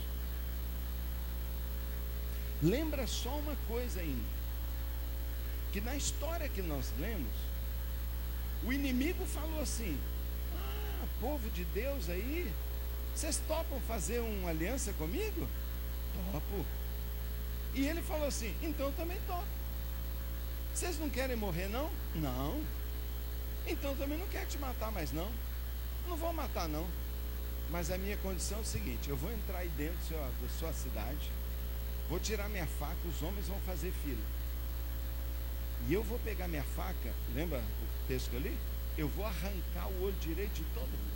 Lembra só uma coisa ainda, que na história que nós lemos, o inimigo falou assim, ah, povo de Deus aí, vocês topam fazer uma aliança comigo? Topo. E ele falou assim, então eu também topo. Vocês não querem morrer não? Não. Então eu também não quero te matar mais não. Não vou matar não. Mas a minha condição é o seguinte, eu vou entrar aí dentro da sua cidade, vou tirar minha faca, os homens vão fazer fila. E eu vou pegar minha faca, lembra o texto que eu li? Eu vou arrancar o olho direito de todo mundo.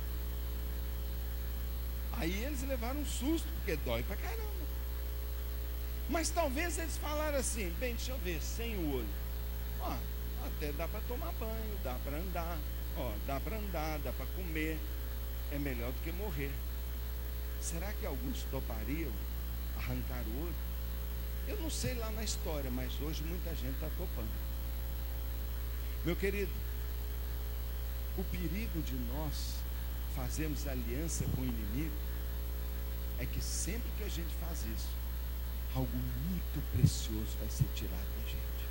Aí eles levaram um susto, porque dói pra caramba. Mas talvez eles falaram assim, bem, deixa eu ver, sem o olho. Ó, até dá para tomar banho, dá para andar, ó, dá para andar, dá para comer. É melhor do que morrer. Será que alguns topariam arrancar o olho? Eu não sei lá na história, mas hoje muita gente está topando. Meu querido, o perigo de nós fazermos aliança com o inimigo é que sempre que a gente faz isso, algo muito precioso vai ser tirado da gente.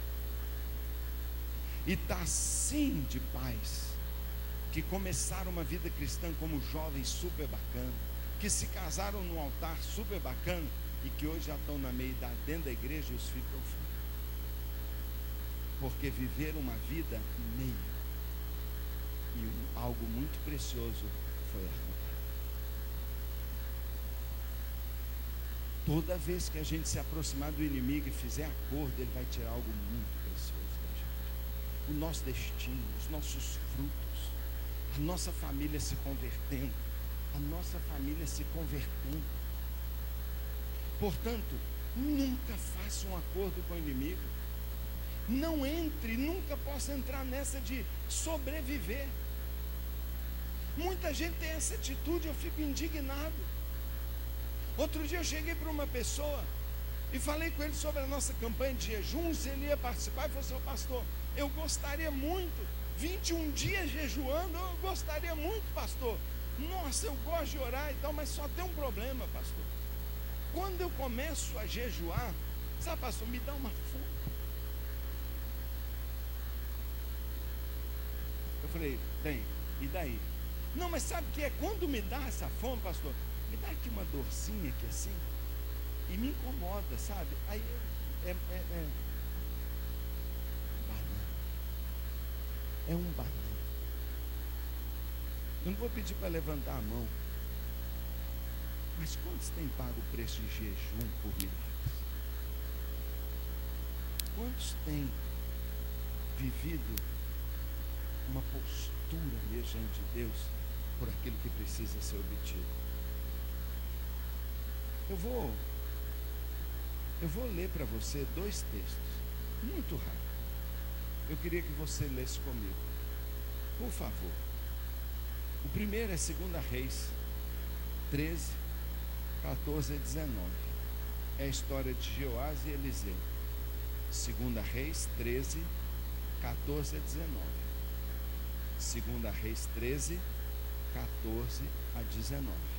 E está assim de pais que começaram uma vida cristã como jovens super bacana, que se casaram num altar super bacana, e que hoje já estão na meia idade dentro da igreja e os filhos estão fora. porque viveram uma vida meia, e um, algo muito precioso foi arrancado. Toda vez que a gente se aproximar do inimigo e fizer acordo, ele vai tirar algo muito precioso da gente. O nosso destino, os nossos frutos, a nossa família se convertendo, a nossa família se convertendo. Portanto, nunca faça um acordo com o inimigo. Não entre, nunca possa entrar nessa de sobreviver. Muita gente tem essa atitude, eu fico indignado. Outro dia eu cheguei para uma pessoa e falei com ele sobre a nossa campanha de jejum, se ele ia participar, e falou assim: pastor, eu gostaria muito, vinte e um dias jejuando, eu gostaria muito, pastor. Nossa, eu gosto de orar e tal, mas só tem um problema, pastor. Quando eu começo a jejuar, sabe, pastor, me dá uma fome. Eu falei: tem, e daí? Não, mas sabe o que é? Quando me dá essa fome, pastor, me dá aqui uma dorzinha aqui assim, e me incomoda, sabe? Aí é, é, é, é banana. É um banana. Eu não vou pedir para levantar a mão, mas quantos têm pago o preço de jejum por milagres? Quantos têm vivido uma postura mesmo diante de Deus por aquilo que precisa ser obtido? Eu vou, eu vou ler para você dois textos, muito rápido. Eu queria que você lesse comigo, por favor. O primeiro é Segunda Reis treze, quatorze a dezenove. É a história de Jeoás e Eliseu. Segunda Reis treze, quatorze a dezenove. Segunda Reis treze, quatorze a dezenove.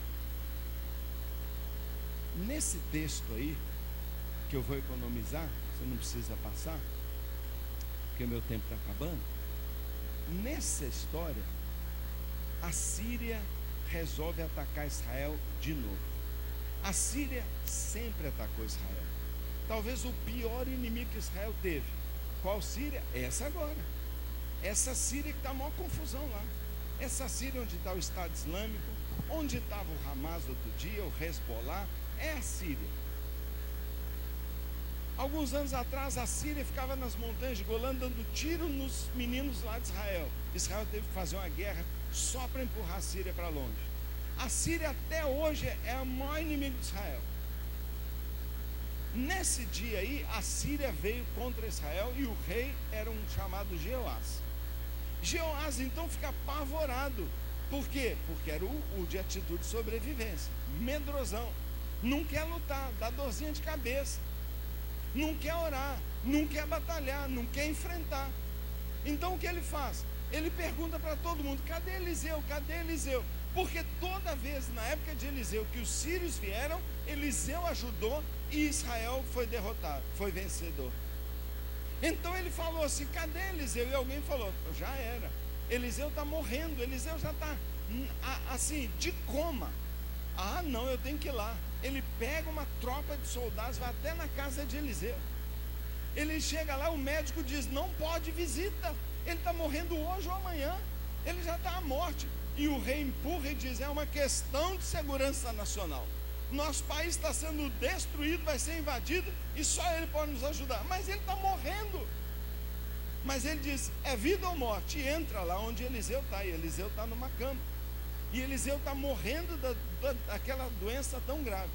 Nesse texto aí, que eu vou economizar, você não precisa passar, porque meu tempo está acabando. Nessa história, a Síria resolve atacar Israel de novo. A Síria sempre atacou Israel. Talvez o pior inimigo que Israel teve. Qual Síria? Essa agora. Essa Síria que está a maior confusão lá. Essa Síria onde está o Estado Islâmico, onde estava o Hamas outro dia, o Hezbollah, é a Síria. Alguns anos atrás, a Síria ficava nas montanhas de Golã dando tiro nos meninos lá de Israel. Israel teve que fazer uma guerra só para empurrar a Síria para longe. A Síria até hoje é o maior inimigo de Israel. Nesse dia aí, a Síria veio contra Israel e o rei era um chamado Jeoás. Jeoás então fica apavorado. Por quê? Porque era o, o de atitude de sobrevivência, medrosão. Não quer lutar, dá dorzinha de cabeça. Não quer orar, não quer batalhar, não quer enfrentar. Então o que ele faz? Ele pergunta para todo mundo: cadê Eliseu? Cadê Eliseu? Porque toda vez na época de Eliseu que os sírios vieram, Eliseu ajudou e Israel foi derrotado, foi vencedor. Então ele falou assim: cadê Eliseu? E alguém falou: já era, Eliseu está morrendo, Eliseu já está assim, de coma. Ah não, eu tenho que ir lá. Ele pega uma tropa de soldados, vai até na casa de Eliseu. Ele chega lá, o médico diz: não pode visita, ele está morrendo hoje ou amanhã, ele já está à morte. E o rei empurra e diz: é uma questão de segurança nacional, nosso país está sendo destruído, vai ser invadido, e só ele pode nos ajudar. Mas ele está morrendo. Mas ele diz: é vida ou morte? E entra lá onde Eliseu está, e Eliseu está numa cama, e Eliseu está morrendo da, da, daquela doença tão grave.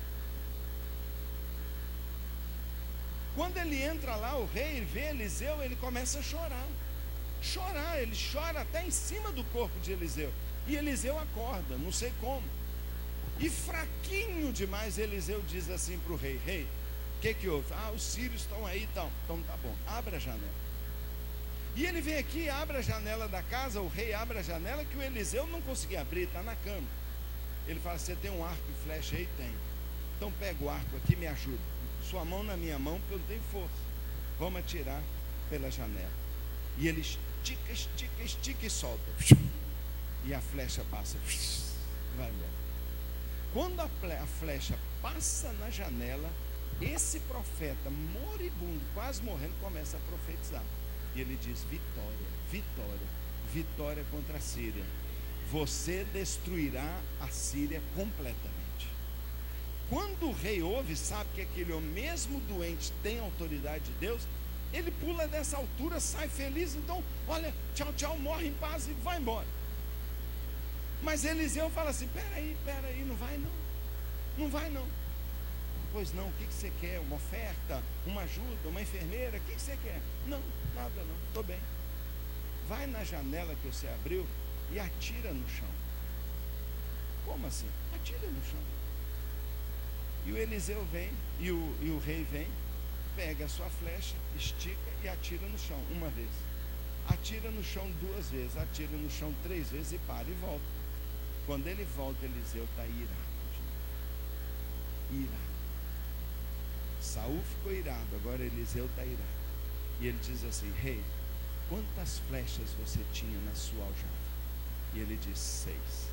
Quando ele entra lá, o rei vê Eliseu, ele começa a chorar, chorar, ele chora até em cima do corpo de Eliseu, e Eliseu acorda, não sei como, e fraquinho demais, Eliseu diz assim para o rei: rei, o que que houve? Ah, os sírios estão aí, então, então tá bom, abre a janela. E ele vem aqui, abre a janela da casa, o rei abre a janela, que o Eliseu não conseguia abrir, está na cama. Ele fala: você tem um arco e flecha aí? Tem. Então pega o arco aqui, me ajuda. Sua mão na minha mão, porque eu não tenho força. Vamos atirar pela janela. E ele estica, estica, estica e solta. E a flecha passa, vai embora. Quando a flecha passa na janela, Esse profeta moribundo, quase morrendo, começa a profetizar. E ele diz: vitória, vitória, vitória contra a Síria. Você destruirá a Síria completamente. Quando o rei ouve, sabe que aquele homem, mesmo doente, tem autoridade de Deus, ele pula dessa altura, sai feliz. Então, olha, tchau, tchau, morre em paz e vai embora. Mas Eliseu fala assim: peraí, peraí, não vai não, não vai não. Pois não, o que, que você quer? Uma oferta, uma ajuda, uma enfermeira, o que, que você quer? Não, nada não, estou bem. Vai na janela que você abriu e atira no chão. Como assim? Atira no chão. E o Eliseu vem, e o, e o rei vem, pega a sua flecha, estica e atira no chão, uma vez. Atira no chão duas vezes, atira no chão três vezes e para e volta. Quando ele volta, Eliseu está irado. Irado. Saul ficou irado, agora Eliseu está irado. E ele diz assim: rei, quantas flechas você tinha na sua aljava? E ele diz: seis.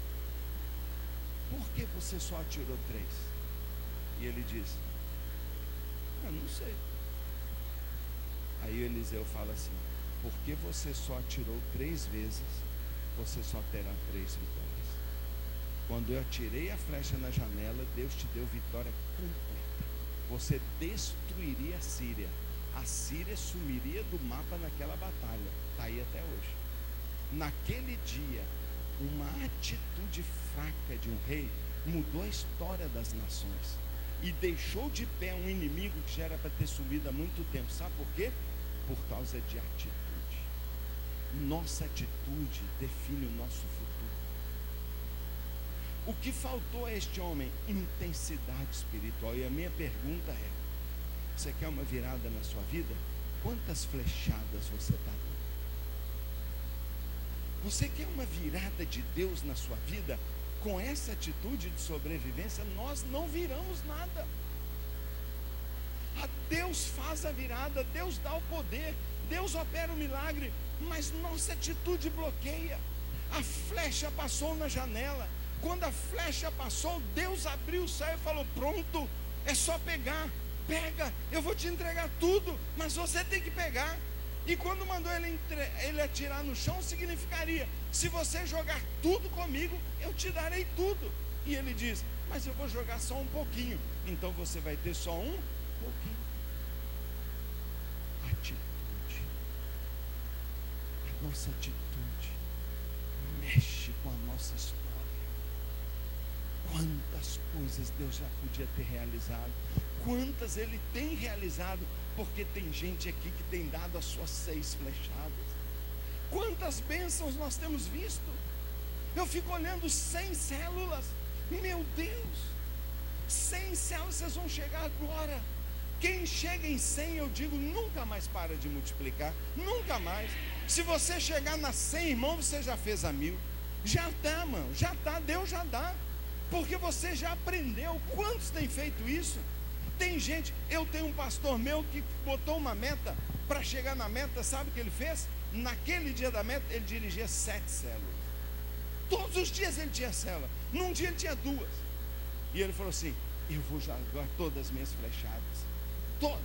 Por que você só atirou três? E ele diz: eu não sei. Aí o Eliseu fala assim: porque você só atirou três vezes, você só terá três vitórias. Quando eu atirei a flecha na janela, Deus te deu vitória completa. Você destruiria a Síria. A Síria sumiria do mapa naquela batalha. Está aí até hoje. Naquele dia, uma atitude fraca de um rei mudou a história das nações e deixou de pé um inimigo que já era para ter sumido há muito tempo. Sabe por quê? Por causa de atitude. Nossa atitude define o nosso futuro. O que faltou a este homem? Intensidade espiritual. E a minha pergunta é: você quer uma virada na sua vida? Quantas flechadas você está dando? Você quer uma virada de Deus na sua vida? Com essa atitude de sobrevivência, nós não viramos nada. A Deus faz a virada, Deus dá o poder, Deus opera o milagre, mas nossa atitude bloqueia. A flecha passou na janela. Quando a flecha passou, Deus abriu o céu e falou: pronto, é só pegar. Pega, eu vou te entregar tudo, mas você tem que pegar. E quando mandou ele, entre... ele atirar no chão, significaria: se você jogar tudo comigo, eu te darei tudo. E ele diz: mas eu vou jogar só um pouquinho. Então você vai ter só um pouquinho. Atitude. A nossa atitude mexe com a nossa história. Quantas coisas Deus já podia ter realizado, quantas Ele tem realizado, porque tem gente aqui que tem dado as suas seis flechadas. Quantas bênçãos nós temos visto. Eu fico olhando cem células, meu Deus, cem células, vocês vão chegar agora. Quem chega em cem, eu digo, nunca mais para de multiplicar, nunca mais. Se você chegar nas cem, irmão, você já fez a mil. Já está, mano, já está, Deus já dá. Porque você já aprendeu. Quantos têm feito isso? Tem gente, eu tenho um pastor meu que botou uma meta para chegar na meta. Sabe o que ele fez? Naquele dia da meta, ele dirigia sete células. Todos os dias ele tinha célula. Num dia ele tinha duas. E ele falou assim: eu vou jogar todas as minhas flechadas. Todas.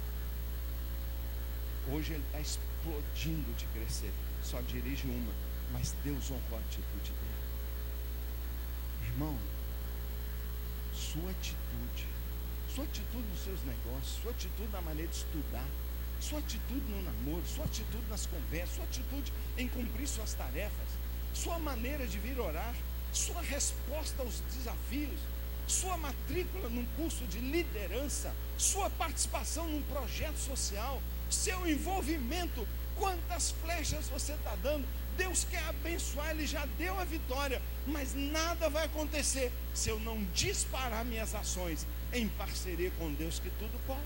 Hoje ele está explodindo de crescer. Só dirige uma. Mas Deus honrou a atitude dele. Irmão, sua atitude, sua atitude nos seus negócios, sua atitude na maneira de estudar, sua atitude no namoro, sua atitude nas conversas, sua atitude em cumprir suas tarefas, sua maneira de vir orar, sua resposta aos desafios, sua matrícula num curso de liderança, sua participação num projeto social, seu envolvimento, quantas flechas você está dando. Deus quer abençoar, Ele já deu a vitória, mas nada vai acontecer se eu não disparar minhas ações em parceria com Deus, que tudo pode.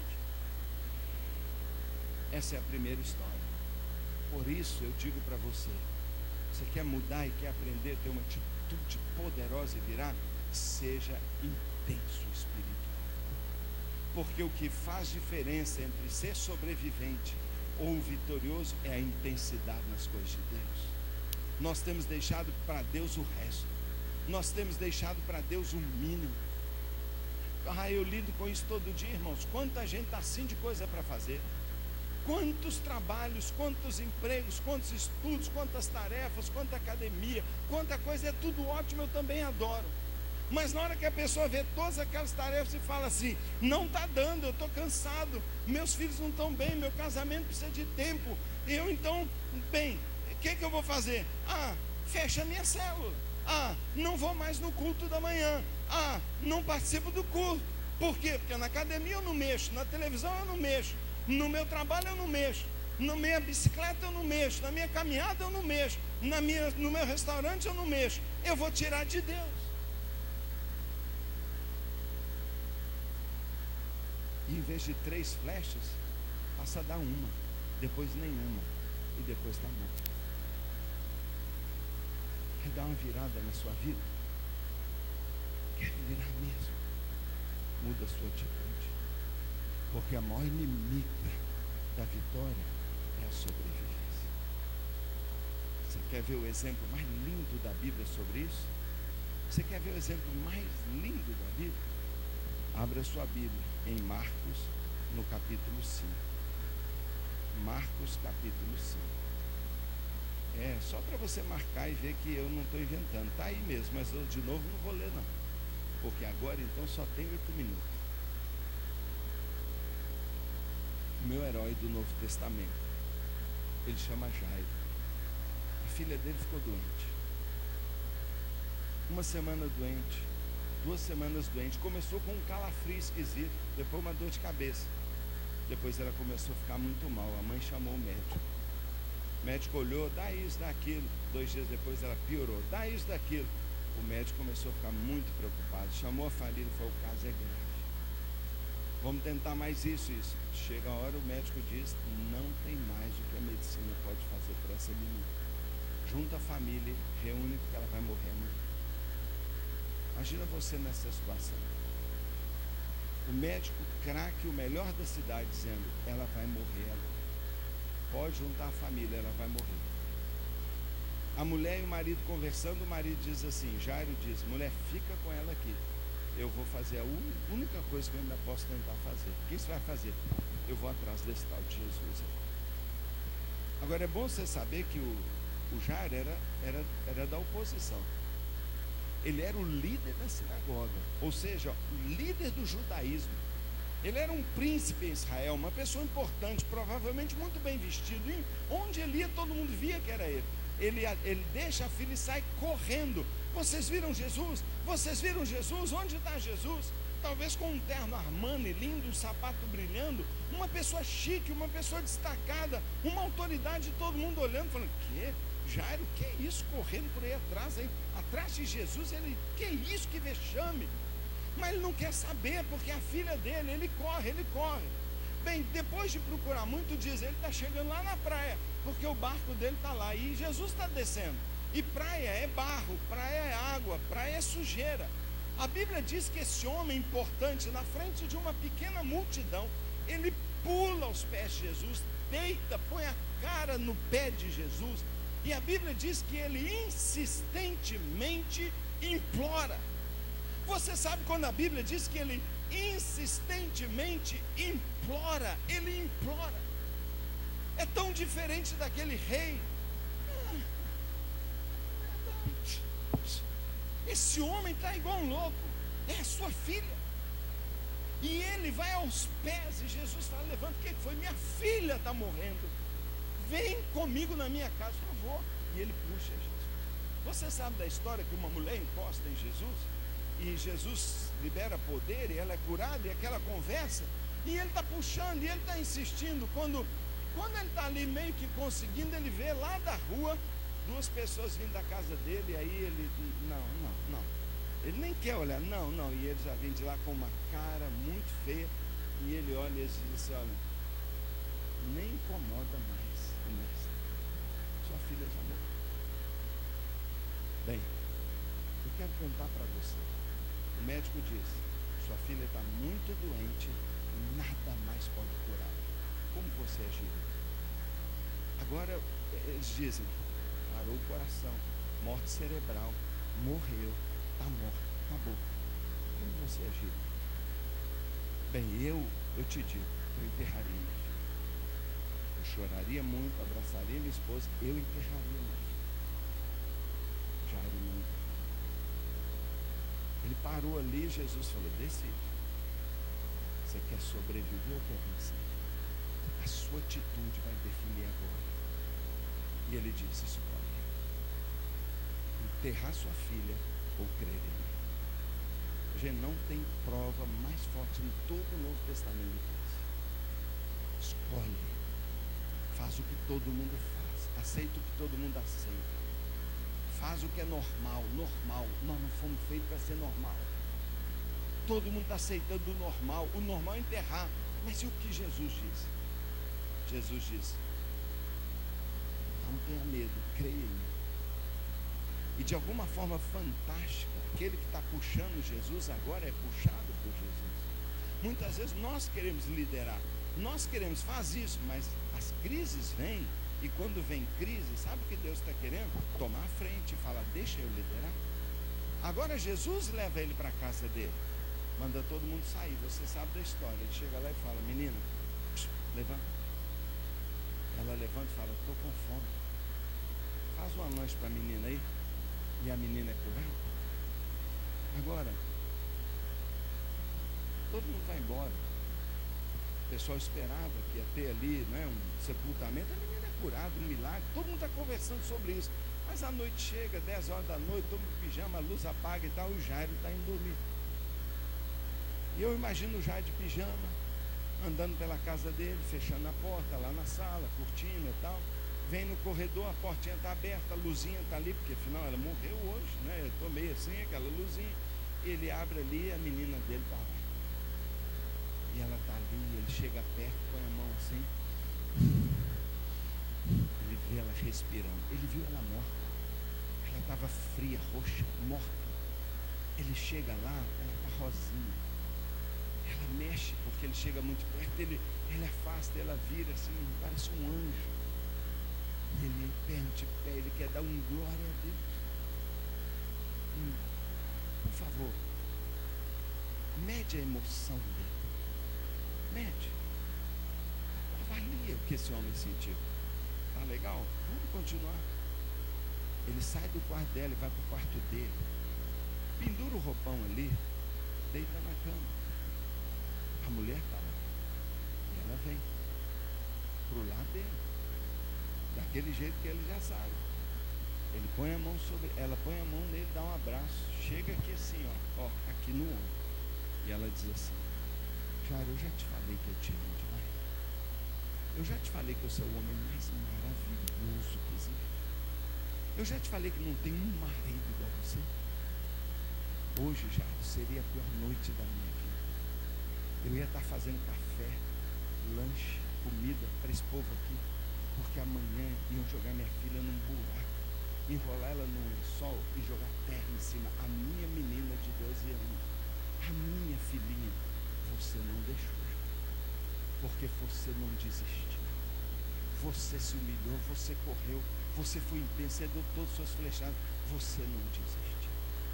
Essa é a primeira história. Por isso eu digo para você: você quer mudar e quer aprender a ter uma atitude poderosa e virar? Seja intenso espiritual. Porque o que faz diferença entre ser sobrevivente ou vitorioso é a intensidade nas coisas de Deus. Nós temos deixado para Deus o resto. Nós temos deixado para Deus o mínimo. Ah, eu lido com isso todo dia, irmãos. Quanta gente está assim de coisa para fazer. Quantos trabalhos, quantos empregos, quantos estudos, quantas tarefas, quanta academia, quanta coisa, é tudo ótimo, eu também adoro. Mas na hora que a pessoa vê todas aquelas tarefas e fala assim, não está dando, eu estou cansado, meus filhos não estão bem, meu casamento precisa de tempo, eu então, bem, o que, que eu vou fazer? Ah, fecha a minha célula. Ah, não vou mais no culto da manhã. Ah, não participo do culto. Por quê? Porque na academia eu não mexo, na televisão eu não mexo, no meu trabalho eu não mexo, na minha bicicleta eu não mexo, na minha caminhada eu não mexo, na minha, no meu restaurante eu não mexo. Eu vou tirar de Deus. E em vez de três flechas, passa a dar uma, depois nenhuma, e depois está bom. Quer dar uma virada na sua vida? Quer virar mesmo? Muda a sua atitude. Porque a maior inimiga da vitória é a sobrevivência. Você quer ver o exemplo mais lindo da Bíblia sobre isso? Você quer ver o exemplo mais lindo da Bíblia? Abra sua Bíblia em Marcos, no capítulo cinco. Marcos, capítulo cinco. É, só para você marcar e ver que eu não estou inventando. Está aí mesmo, mas eu de novo não vou ler não. Porque agora então só tem oito minutos. O meu herói do Novo Testamento, ele chama Jairo. A filha dele ficou doente. Uma semana doente, duas semanas doente. Começou com um calafrio esquisito, depois uma dor de cabeça. Depois ela começou a ficar muito mal. A mãe chamou o médico. O médico olhou, dá isso, dá aquilo. Dois dias depois ela piorou, dá isso, dá aquilo. O médico começou a ficar muito preocupado. Chamou a família e falou, o caso é grave. Vamos tentar mais isso, isso. Chega a hora, o médico diz, não tem mais o que a medicina pode fazer para essa menina. Junta a família, reúne porque ela vai morrer amanhã. Imagina você nessa situação. O médico craque, o melhor da cidade, dizendo, ela vai morrer agora. Pode juntar a família, ela vai morrer. A mulher e o marido conversando, o marido diz assim, Jairo diz, mulher, fica com ela aqui. Eu vou fazer a única coisa que eu ainda posso tentar fazer. O que você vai fazer? Eu vou atrás desse tal de Jesus. Agora é bom você saber que o, o Jairo era, era, era da oposição. Ele era o líder da sinagoga, ou seja, o líder do judaísmo. Ele era um príncipe em Israel, uma pessoa importante, provavelmente muito bem vestido. E onde ele ia, todo mundo via que era ele. Ele, ele deixa a filha e sai correndo. Vocês viram Jesus? Vocês viram Jesus? Onde está Jesus? Talvez com um terno Armani lindo, um sapato brilhando, uma pessoa chique, uma pessoa destacada, uma autoridade, todo mundo olhando, falando, que? Jairo, que é isso? Correndo por aí atrás, hein? Atrás de Jesus, ele, que é isso? Que vexame! Mas ele não quer saber, porque a filha dele, ele corre, ele corre. Bem, depois de procurar muito, diz, ele está chegando lá na praia, porque o barco dele está lá, e Jesus está descendo. E praia é barro, praia é água, praia é sujeira. A Bíblia diz que esse homem importante, na frente de uma pequena multidão, ele pula aos pés de Jesus, deita, põe a cara no pé de Jesus, e a Bíblia diz que ele insistentemente implora. Você sabe quando a Bíblia diz que ele insistentemente implora, ele implora. É tão diferente daquele rei. Esse homem está igual um louco. É a sua filha. E ele vai aos pés e Jesus fala, levanta, o que foi? Minha filha está morrendo. Vem comigo na minha casa, por favor. E ele puxa Jesus. Você sabe da história que uma mulher encosta em Jesus? E Jesus libera poder e ela é curada, e aquela conversa, e ele está puxando, e ele está insistindo. Quando, quando ele está ali meio que conseguindo, ele vê lá da rua duas pessoas vindo da casa dele, e aí ele diz, não, não, não, ele nem quer olhar, não, não, e ele já vem de lá com uma cara muito feia, e ele olha e diz assim, olha, nem incomoda mais o mestre, sua filha já morreu. Bem, eu quero contar para você. O médico diz, sua filha está muito doente, nada mais pode curar. Como você agiria? Agora, eles dizem, parou o coração, morte cerebral, morreu, está morto, acabou. Como você agiria? Bem, eu, eu te digo, eu enterraria minha filha. Eu choraria muito, abraçaria minha esposa, eu enterraria minha filha. Jairo não enterrou. Ele parou ali, Jesus falou, decide. Você quer sobreviver ou quer vencer? A sua atitude vai definir agora. E ele disse, escolhe. Enterrar sua filha ou crer em mim. A gente não tem prova mais forte em todo o Novo Testamento do que essa. Escolhe. Faz o que todo mundo faz. Aceita o que todo mundo aceita. Faz o que é normal, normal. Nós não fomos feitos para ser normal. Todo mundo está aceitando o normal. O normal é enterrar. Mas e o que Jesus disse? Jesus disse, não tenha medo, creia em mim. E de alguma forma fantástica, aquele que está puxando Jesus agora é puxado por Jesus. Muitas vezes nós queremos liderar, nós queremos, faz isso, mas as crises vêm, e quando vem crise, sabe o que Deus está querendo? Tomar a frente e falar, deixa eu liderar. Agora Jesus leva ele para a casa dele, manda todo mundo sair, você sabe da história. Ele chega lá e fala, menina, levanta. Ela levanta e fala, estou com fome, faz uma lanche para a menina aí. E a menina é curada. Agora, todo mundo vai embora. O pessoal esperava que ia ter ali, né, um sepultamento. A menina é curada, um milagre. Todo mundo está conversando sobre isso. Mas a noite chega, dez horas da noite, todo mundo pijama, a luz apaga e tal, e o Jairo está indo dormir. E eu imagino o Jairo de pijama, andando pela casa dele, fechando a porta, lá na sala, curtindo e tal. Vem no corredor, a portinha está aberta, a luzinha está ali, porque afinal ela morreu hoje, né? Eu estou meio assim, aquela luzinha. Ele abre ali, a menina dele está lá. E ela está ali, ele chega perto, põe a mão assim. Ele vê ela respirando. Ele viu ela morta. Ela estava fria, roxa, morta. Ele chega lá, ela está rosinha. Ela mexe, porque ele chega muito perto, ele, ele afasta, ela vira assim, parece um anjo. E ele perde de pé, ele quer dar um glória a Deus. Hum, por favor, mede a emoção dele. Mede. Avalia o que esse homem sentiu. Tá legal? Vamos continuar. Ele sai do quarto dela e vai para o quarto dele. Pendura o roupão ali, deita na cama. A mulher está lá. E ela vem para o lado dele. Daquele jeito que ele já sabe. Ele põe a mão sobre, ela põe a mão nele, dá um abraço, chega aqui assim, ó, ó, aqui no ombro. E ela diz assim, Jairo, eu já te falei que eu te amo demais. Eu já te falei que eu sou o homem mais maravilhoso que existe. Eu já te falei que não tem um marido igual a você. Hoje, Jairo, seria a pior noite da minha vida. Eu ia estar fazendo café, lanche, comida para esse povo aqui. Porque amanhã iam jogar minha filha num buraco, enrolar ela no sol e jogar terra em cima. A minha menina de doze anos, a minha filhinha, você não deixou, porque você não desistiu. Você se humilhou, você correu, você foi intenso, você deu todas as suas flechadas, você não desistiu.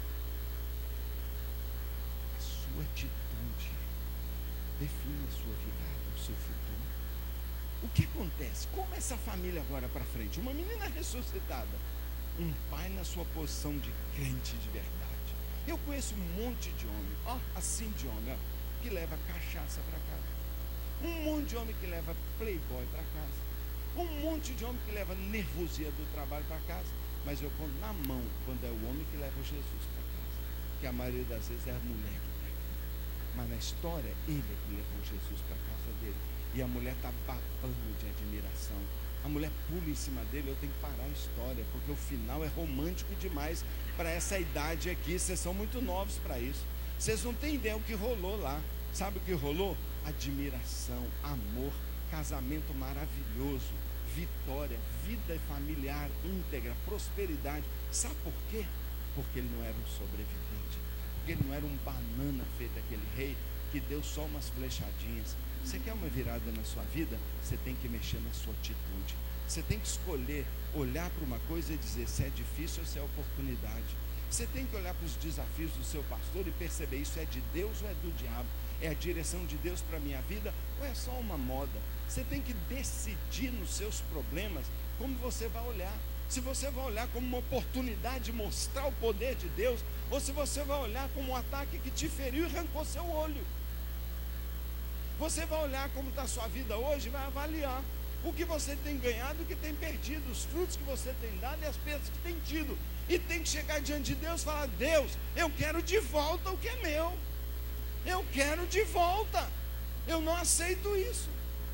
A sua atitude define a sua virada, o seu futuro. O que acontece? Como essa família agora para frente? Uma menina ressuscitada, um pai na sua posição de crente de verdade. Eu conheço um monte de homem, ó, assim de homem, ó, que leva cachaça para casa. Um monte de homem que leva playboy para casa. Um monte de homem que leva nervosia do trabalho para casa. Mas eu conto na mão quando é o homem que leva Jesus para casa. Que a maioria das vezes é a mulher que leva. Mas na história, ele é que levou Jesus para casa dele. E a mulher está babando de admiração. A mulher pula em cima dele. Eu tenho que parar a história, porque o final é romântico demais para essa idade aqui. Vocês são muito novos para isso. Vocês não têm ideia o que rolou lá. Sabe o que rolou? Admiração, amor, casamento maravilhoso, vitória, vida familiar íntegra, prosperidade. Sabe por quê? Porque ele não era um sobrevivente. Porque ele não era um banana feito aquele rei que deu só umas flechadinhas. Você quer uma virada na sua vida? Você tem que mexer na sua atitude. Você tem que escolher, olhar para uma coisa e dizer se é difícil ou se é oportunidade. Você tem que olhar para os desafios do seu pastor e perceber: isso é de Deus ou é do diabo? É a direção de Deus para a minha vida ou é só uma moda? Você tem que decidir nos seus problemas como você vai olhar. Se você vai olhar como uma oportunidade de mostrar o poder de Deus, ou se você vai olhar como um ataque que te feriu e arrancou seu olho. Você vai olhar como está a sua vida hoje e vai avaliar o que você tem ganhado e o que tem perdido, os frutos que você tem dado e as perdas que tem tido. E tem que chegar diante de Deus e falar: Deus, eu quero de volta o que é meu. Eu quero de volta. Eu não aceito isso.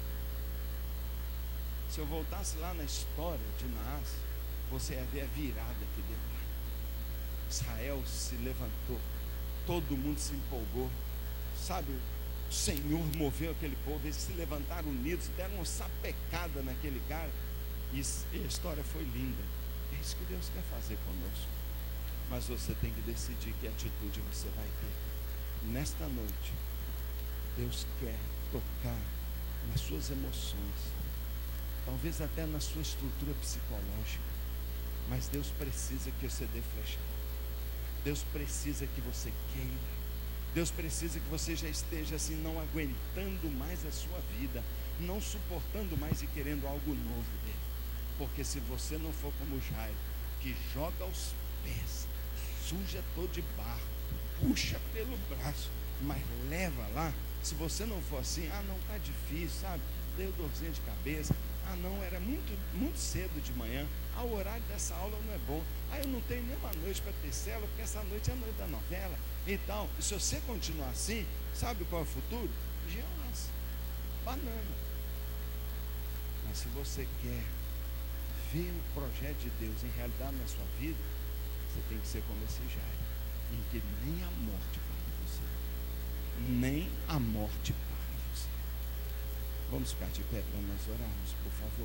Se eu voltasse lá na história de Naás, você ia ver a virada que deu lá. Israel se levantou, todo mundo se empolgou, sabe? O Senhor moveu aquele povo, eles se levantaram unidos, deram uma sapecada naquele cara, e a história foi linda. É isso que Deus quer fazer conosco. Mas você tem que decidir que atitude você vai ter. Nesta noite, Deus quer tocar nas suas emoções, talvez até na sua estrutura psicológica, mas Deus precisa que você dê flechada. Deus precisa que você queira. Deus precisa que você já esteja assim, não aguentando mais a sua vida, não suportando mais e querendo algo novo dele. Porque se você não for como Jairo, que joga os pés, suja todo de barro, puxa pelo braço, mas leva lá. Se você não for assim: ah, não, está difícil, sabe? Deu dorzinha de cabeça. Ah, não, era muito, muito cedo de manhã. Ah, o horário dessa aula não é bom. Ah, eu não tenho nenhuma noite para ter célula, porque essa noite é a noite da novela e tal. E se você continuar assim, sabe qual é o futuro? Gemas, banana. Mas se você quer ver o projeto de Deus em realidade na sua vida, você tem que ser como esse Jairo, em que nem a morte para você, nem a morte para você. Vamos ficar de pé para nós orarmos, por favor.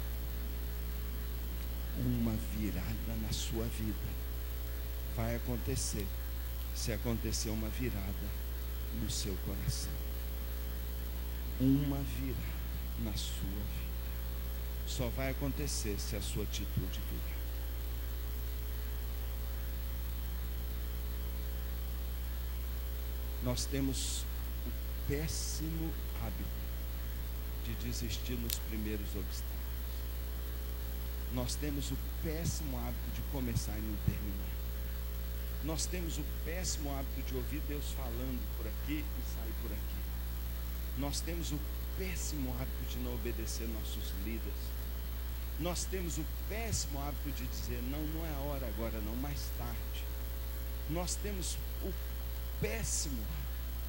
Uma virada na sua vida vai acontecer se acontecer uma virada no seu coração. Uma virada na sua vida só vai acontecer se a sua atitude virar. Nós temos o péssimo hábito de desistir nos primeiros obstáculos. Nós temos o péssimo hábito de começar e não terminar. Nós temos o péssimo hábito de ouvir Deus falando por aqui e sair por aqui. Nós temos o péssimo hábito de não obedecer nossos líderes. Nós temos o péssimo hábito de dizer: não, não é a hora agora não, mais tarde. Nós temos o péssimo hábito.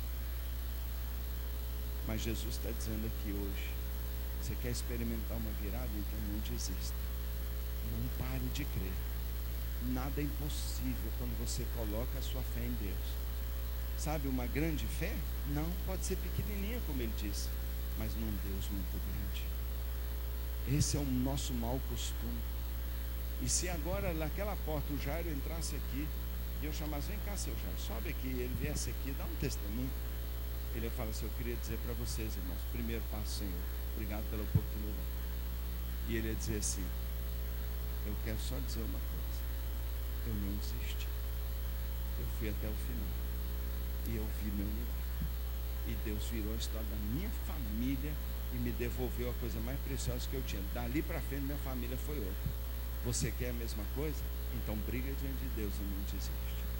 Mas Jesus está dizendo aqui hoje: você quer experimentar uma virada? Então não desista. Não pare de crer. Nada é impossível quando você coloca a sua fé em Deus. Sabe, uma grande fé? Não, pode ser pequenininha, como ele disse, mas num Deus muito grande. Esse é o nosso mau costume. E se agora naquela porta o Jairo entrasse aqui e eu chamasse: vem cá, seu Jairo, sobe aqui, ele viesse aqui, dá um testemunho, ele ia falar assim: eu queria dizer para vocês, irmãos, primeiro passo, Senhor, obrigado pela oportunidade. E ele ia dizer assim: eu quero só dizer uma coisa, eu não desisti, eu fui até o final e eu vi meu milagre, e Deus virou a história da minha família e me devolveu a coisa mais preciosa que eu tinha. Dali para frente minha família foi outra. Você quer a mesma coisa? Então briga diante de Deus e não desiste.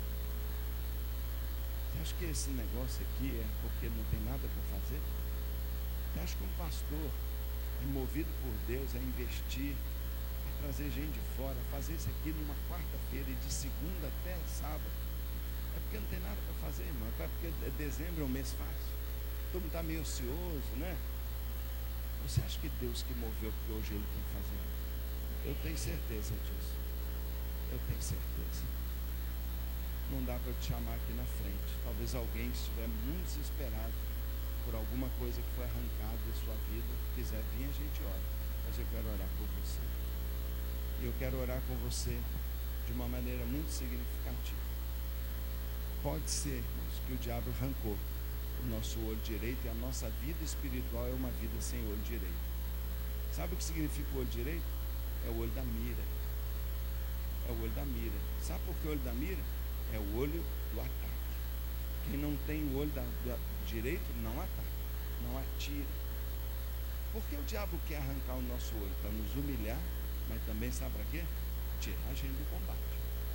Você acha que esse negócio aqui é porque não tem nada para fazer? Você acha que um pastor é movido por Deus a investir, a trazer gente de fora, a fazer isso aqui numa quarta-feira e de segunda até sábado? É porque não tem nada para fazer, irmão. É porque dezembro é um mês fácil. Todo mundo está meio ocioso, né? Você acha que Deus que moveu, porque hoje Ele tem que fazer? Eu tenho certeza disso. Eu tenho certeza. Não dá para eu te chamar aqui na frente. Talvez alguém estiver muito desesperado por alguma coisa que foi arrancada da sua vida, quiser vir, a gente ora. Mas eu quero orar por você. E eu quero orar com você de uma maneira muito significativa. Pode ser, irmãos, que o diabo arrancou o nosso olho direito e a nossa vida espiritual é uma vida sem olho direito. Sabe o que significa o olho direito? É o olho da mira. É é o olho da mira. Sabe por que o olho da mira? É o olho do ataque. Quem não tem o olho da, do direito não ataca, não atira. Porque o diabo quer arrancar o nosso olho? Para nos humilhar, mas também sabe para quê? Tirar a gente do combate.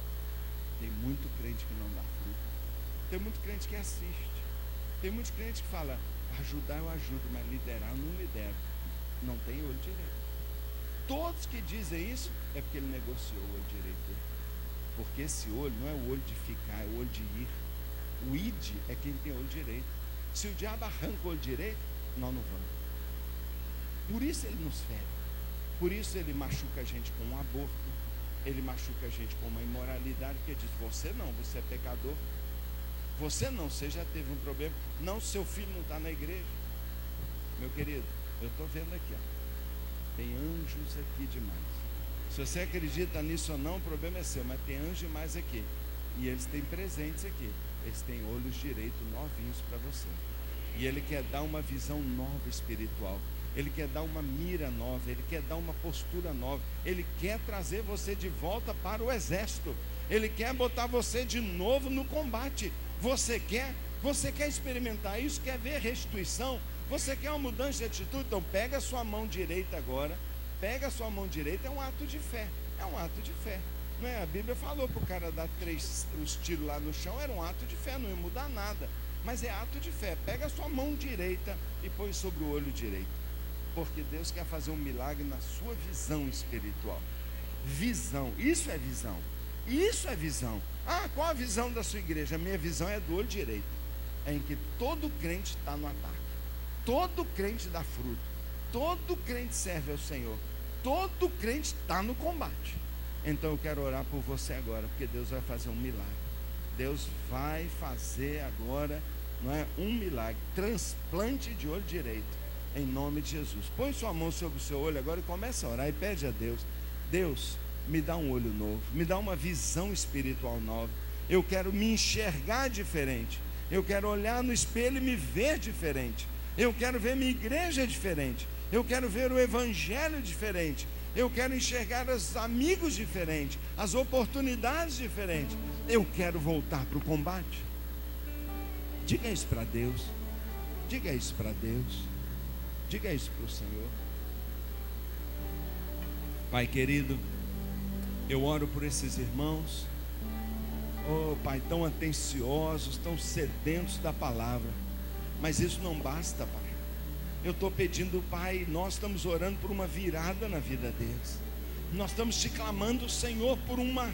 Tem muito crente que não dá fruto. Tem muito crente que assiste. Tem muitos crentes que falam, ajudar eu ajudo, mas liderar eu não lidero. Não tem olho direito. Todos que dizem isso é porque ele negociou o olho direito dele. Porque esse olho não é o olho de ficar, é o olho de ir. O id é quem tem olho direito. Se o diabo arranca o olho direito, nós não vamos. Por isso ele nos fere. Por isso ele machuca a gente com um aborto. Ele machuca a gente com uma imoralidade, porque diz, você não, você é pecador. Você não, você já teve um problema. Não, seu filho não está na igreja. Meu querido, eu estou vendo aqui, ó. Tem anjos aqui demais. Se você acredita nisso ou não, o problema é seu, mas tem anjos demais aqui. E eles têm presentes aqui. Eles têm olhos direitos novinhos para você. E ele quer dar uma visão nova espiritual. Ele quer dar uma mira nova, ele quer dar uma postura nova, ele quer trazer você de volta para o exército, ele quer botar você de novo no combate. Você quer? Você quer experimentar isso? Quer ver restituição? Você quer uma mudança de atitude? Então pega a sua mão direita agora, pega a sua mão direita, é um ato de fé, é um ato de fé. Não é? A Bíblia falou para o cara dar três os tiros lá no chão, era um ato de fé, não ia mudar nada, mas é ato de fé. Pega a sua mão direita e põe sobre o olho direito. Porque Deus quer fazer um milagre na sua visão espiritual. Visão, isso é visão. Isso é visão. Ah, qual a visão da sua igreja? A minha visão é do olho direito. É em que todo crente está no ataque. Todo crente dá fruto. Todo crente serve ao Senhor. Todo crente está no combate. Então eu quero orar por você agora, porque Deus vai fazer um milagre. Deus vai fazer agora, não é, um milagre. Transplante de olho direito. Em nome de Jesus. Põe sua mão sobre o seu olho agora e começa a orar e pede a Deus. Deus, me dá um olho novo, me dá uma visão espiritual nova. Eu quero me enxergar diferente. Eu quero olhar no espelho e me ver diferente. Eu quero ver minha igreja diferente. Eu quero ver o evangelho diferente. Eu quero enxergar os amigos diferentes, as oportunidades diferentes. Eu quero voltar para o combate. Diga isso para Deus. Diga isso para Deus. Diga isso para o Senhor. Pai querido, eu oro por esses irmãos, oh Pai, tão atenciosos, tão sedentos da palavra, mas isso não basta, Pai. Eu estou pedindo, Pai, nós estamos orando por uma virada na vida deles. Nós estamos te clamando, Senhor, por uma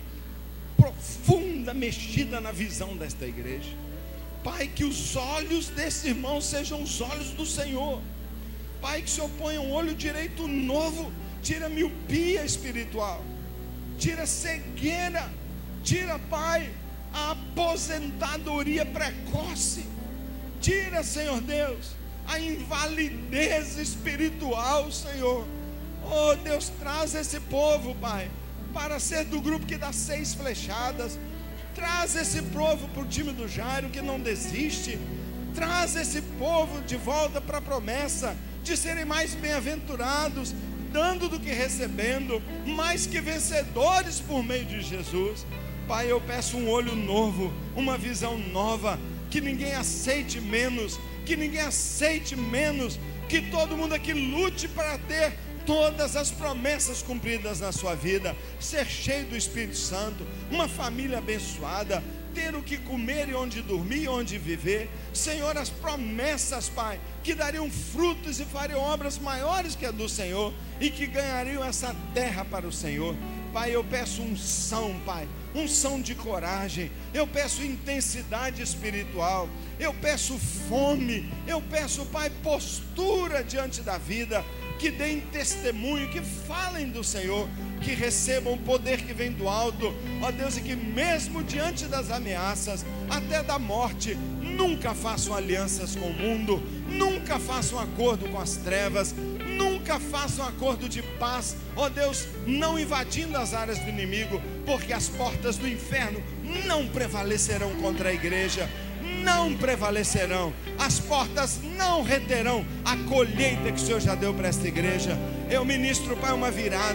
profunda mexida na visão desta igreja. Pai, que os olhos desses irmãos sejam os olhos do Senhor. Pai, que o Senhor ponha um olho direito novo, tira a miopia espiritual, tira a cegueira, tira, Pai, a aposentadoria precoce, tira, Senhor Deus, a invalidez espiritual, Senhor. Oh Deus, traz esse povo, Pai, para ser do grupo que dá seis flechadas. Traz esse povo para o time do Jairo que não desiste. Traz esse povo de volta para a promessa de serem mais bem-aventurados, dando do que recebendo, mais que vencedores por meio de Jesus. Pai, eu peço um olho novo, uma visão nova, que ninguém aceite menos, que ninguém aceite menos, que todo mundo aqui lute para ter todas as promessas cumpridas na sua vida, ser cheio do Espírito Santo, uma família abençoada, ter o que comer e onde dormir e onde viver. Senhor, as promessas, Pai, que dariam frutos e fariam obras maiores que a do Senhor, e que ganhariam essa terra para o Senhor. Pai, eu peço unção, Pai, unção de coragem, eu peço intensidade espiritual, eu peço fome, eu peço, Pai, postura diante da vida, que deem testemunho, que falem do Senhor, que recebam o poder que vem do alto, ó Deus, e que mesmo diante das ameaças, até da morte, nunca façam alianças com o mundo, nunca façam acordo com as trevas, nunca façam acordo de paz, ó Deus, não invadindo as áreas do inimigo, porque as portas do inferno não prevalecerão contra a igreja, não prevalecerão, as portas não reterão a colheita que o Senhor já deu para esta igreja. Eu ministro, Pai, uma virada,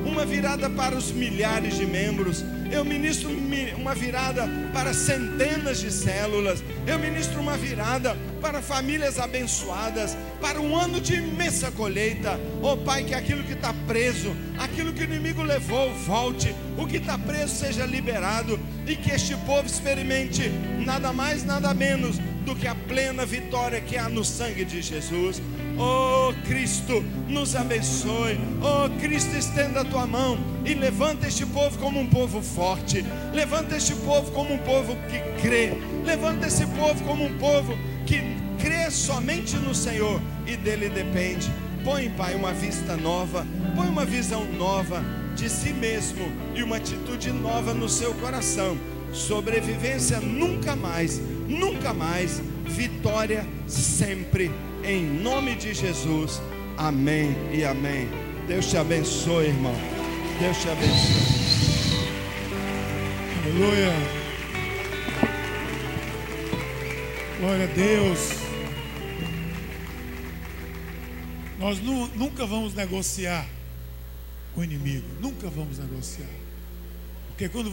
uma virada para os milhares de membros. Eu ministro uma virada para centenas de células. Eu ministro uma virada para famílias abençoadas, para um ano de imensa colheita. Oh Pai, que aquilo que está preso, aquilo que o inimigo levou, volte. O que está preso seja liberado, e que este povo experimente nada mais, nada menos do que a plena vitória que há no sangue de Jesus. Oh Cristo, nos abençoe. Oh Cristo, estenda a tua mão e levanta este povo como um povo forte. Levanta este povo como um povo que crê. Levanta esse povo como um povo que crê somente no Senhor e dele depende. Põe, Pai, uma vista nova, põe uma visão nova de si mesmo e uma atitude nova no seu coração. Sobrevivência nunca mais, nunca mais. Vitória sempre, em nome de Jesus. Amém e amém. Deus te abençoe, irmão. Deus te abençoe. Aleluia. Glória a Deus. Nós nu- nunca vamos negociar com o inimigo. Nunca vamos negociar. Porque quando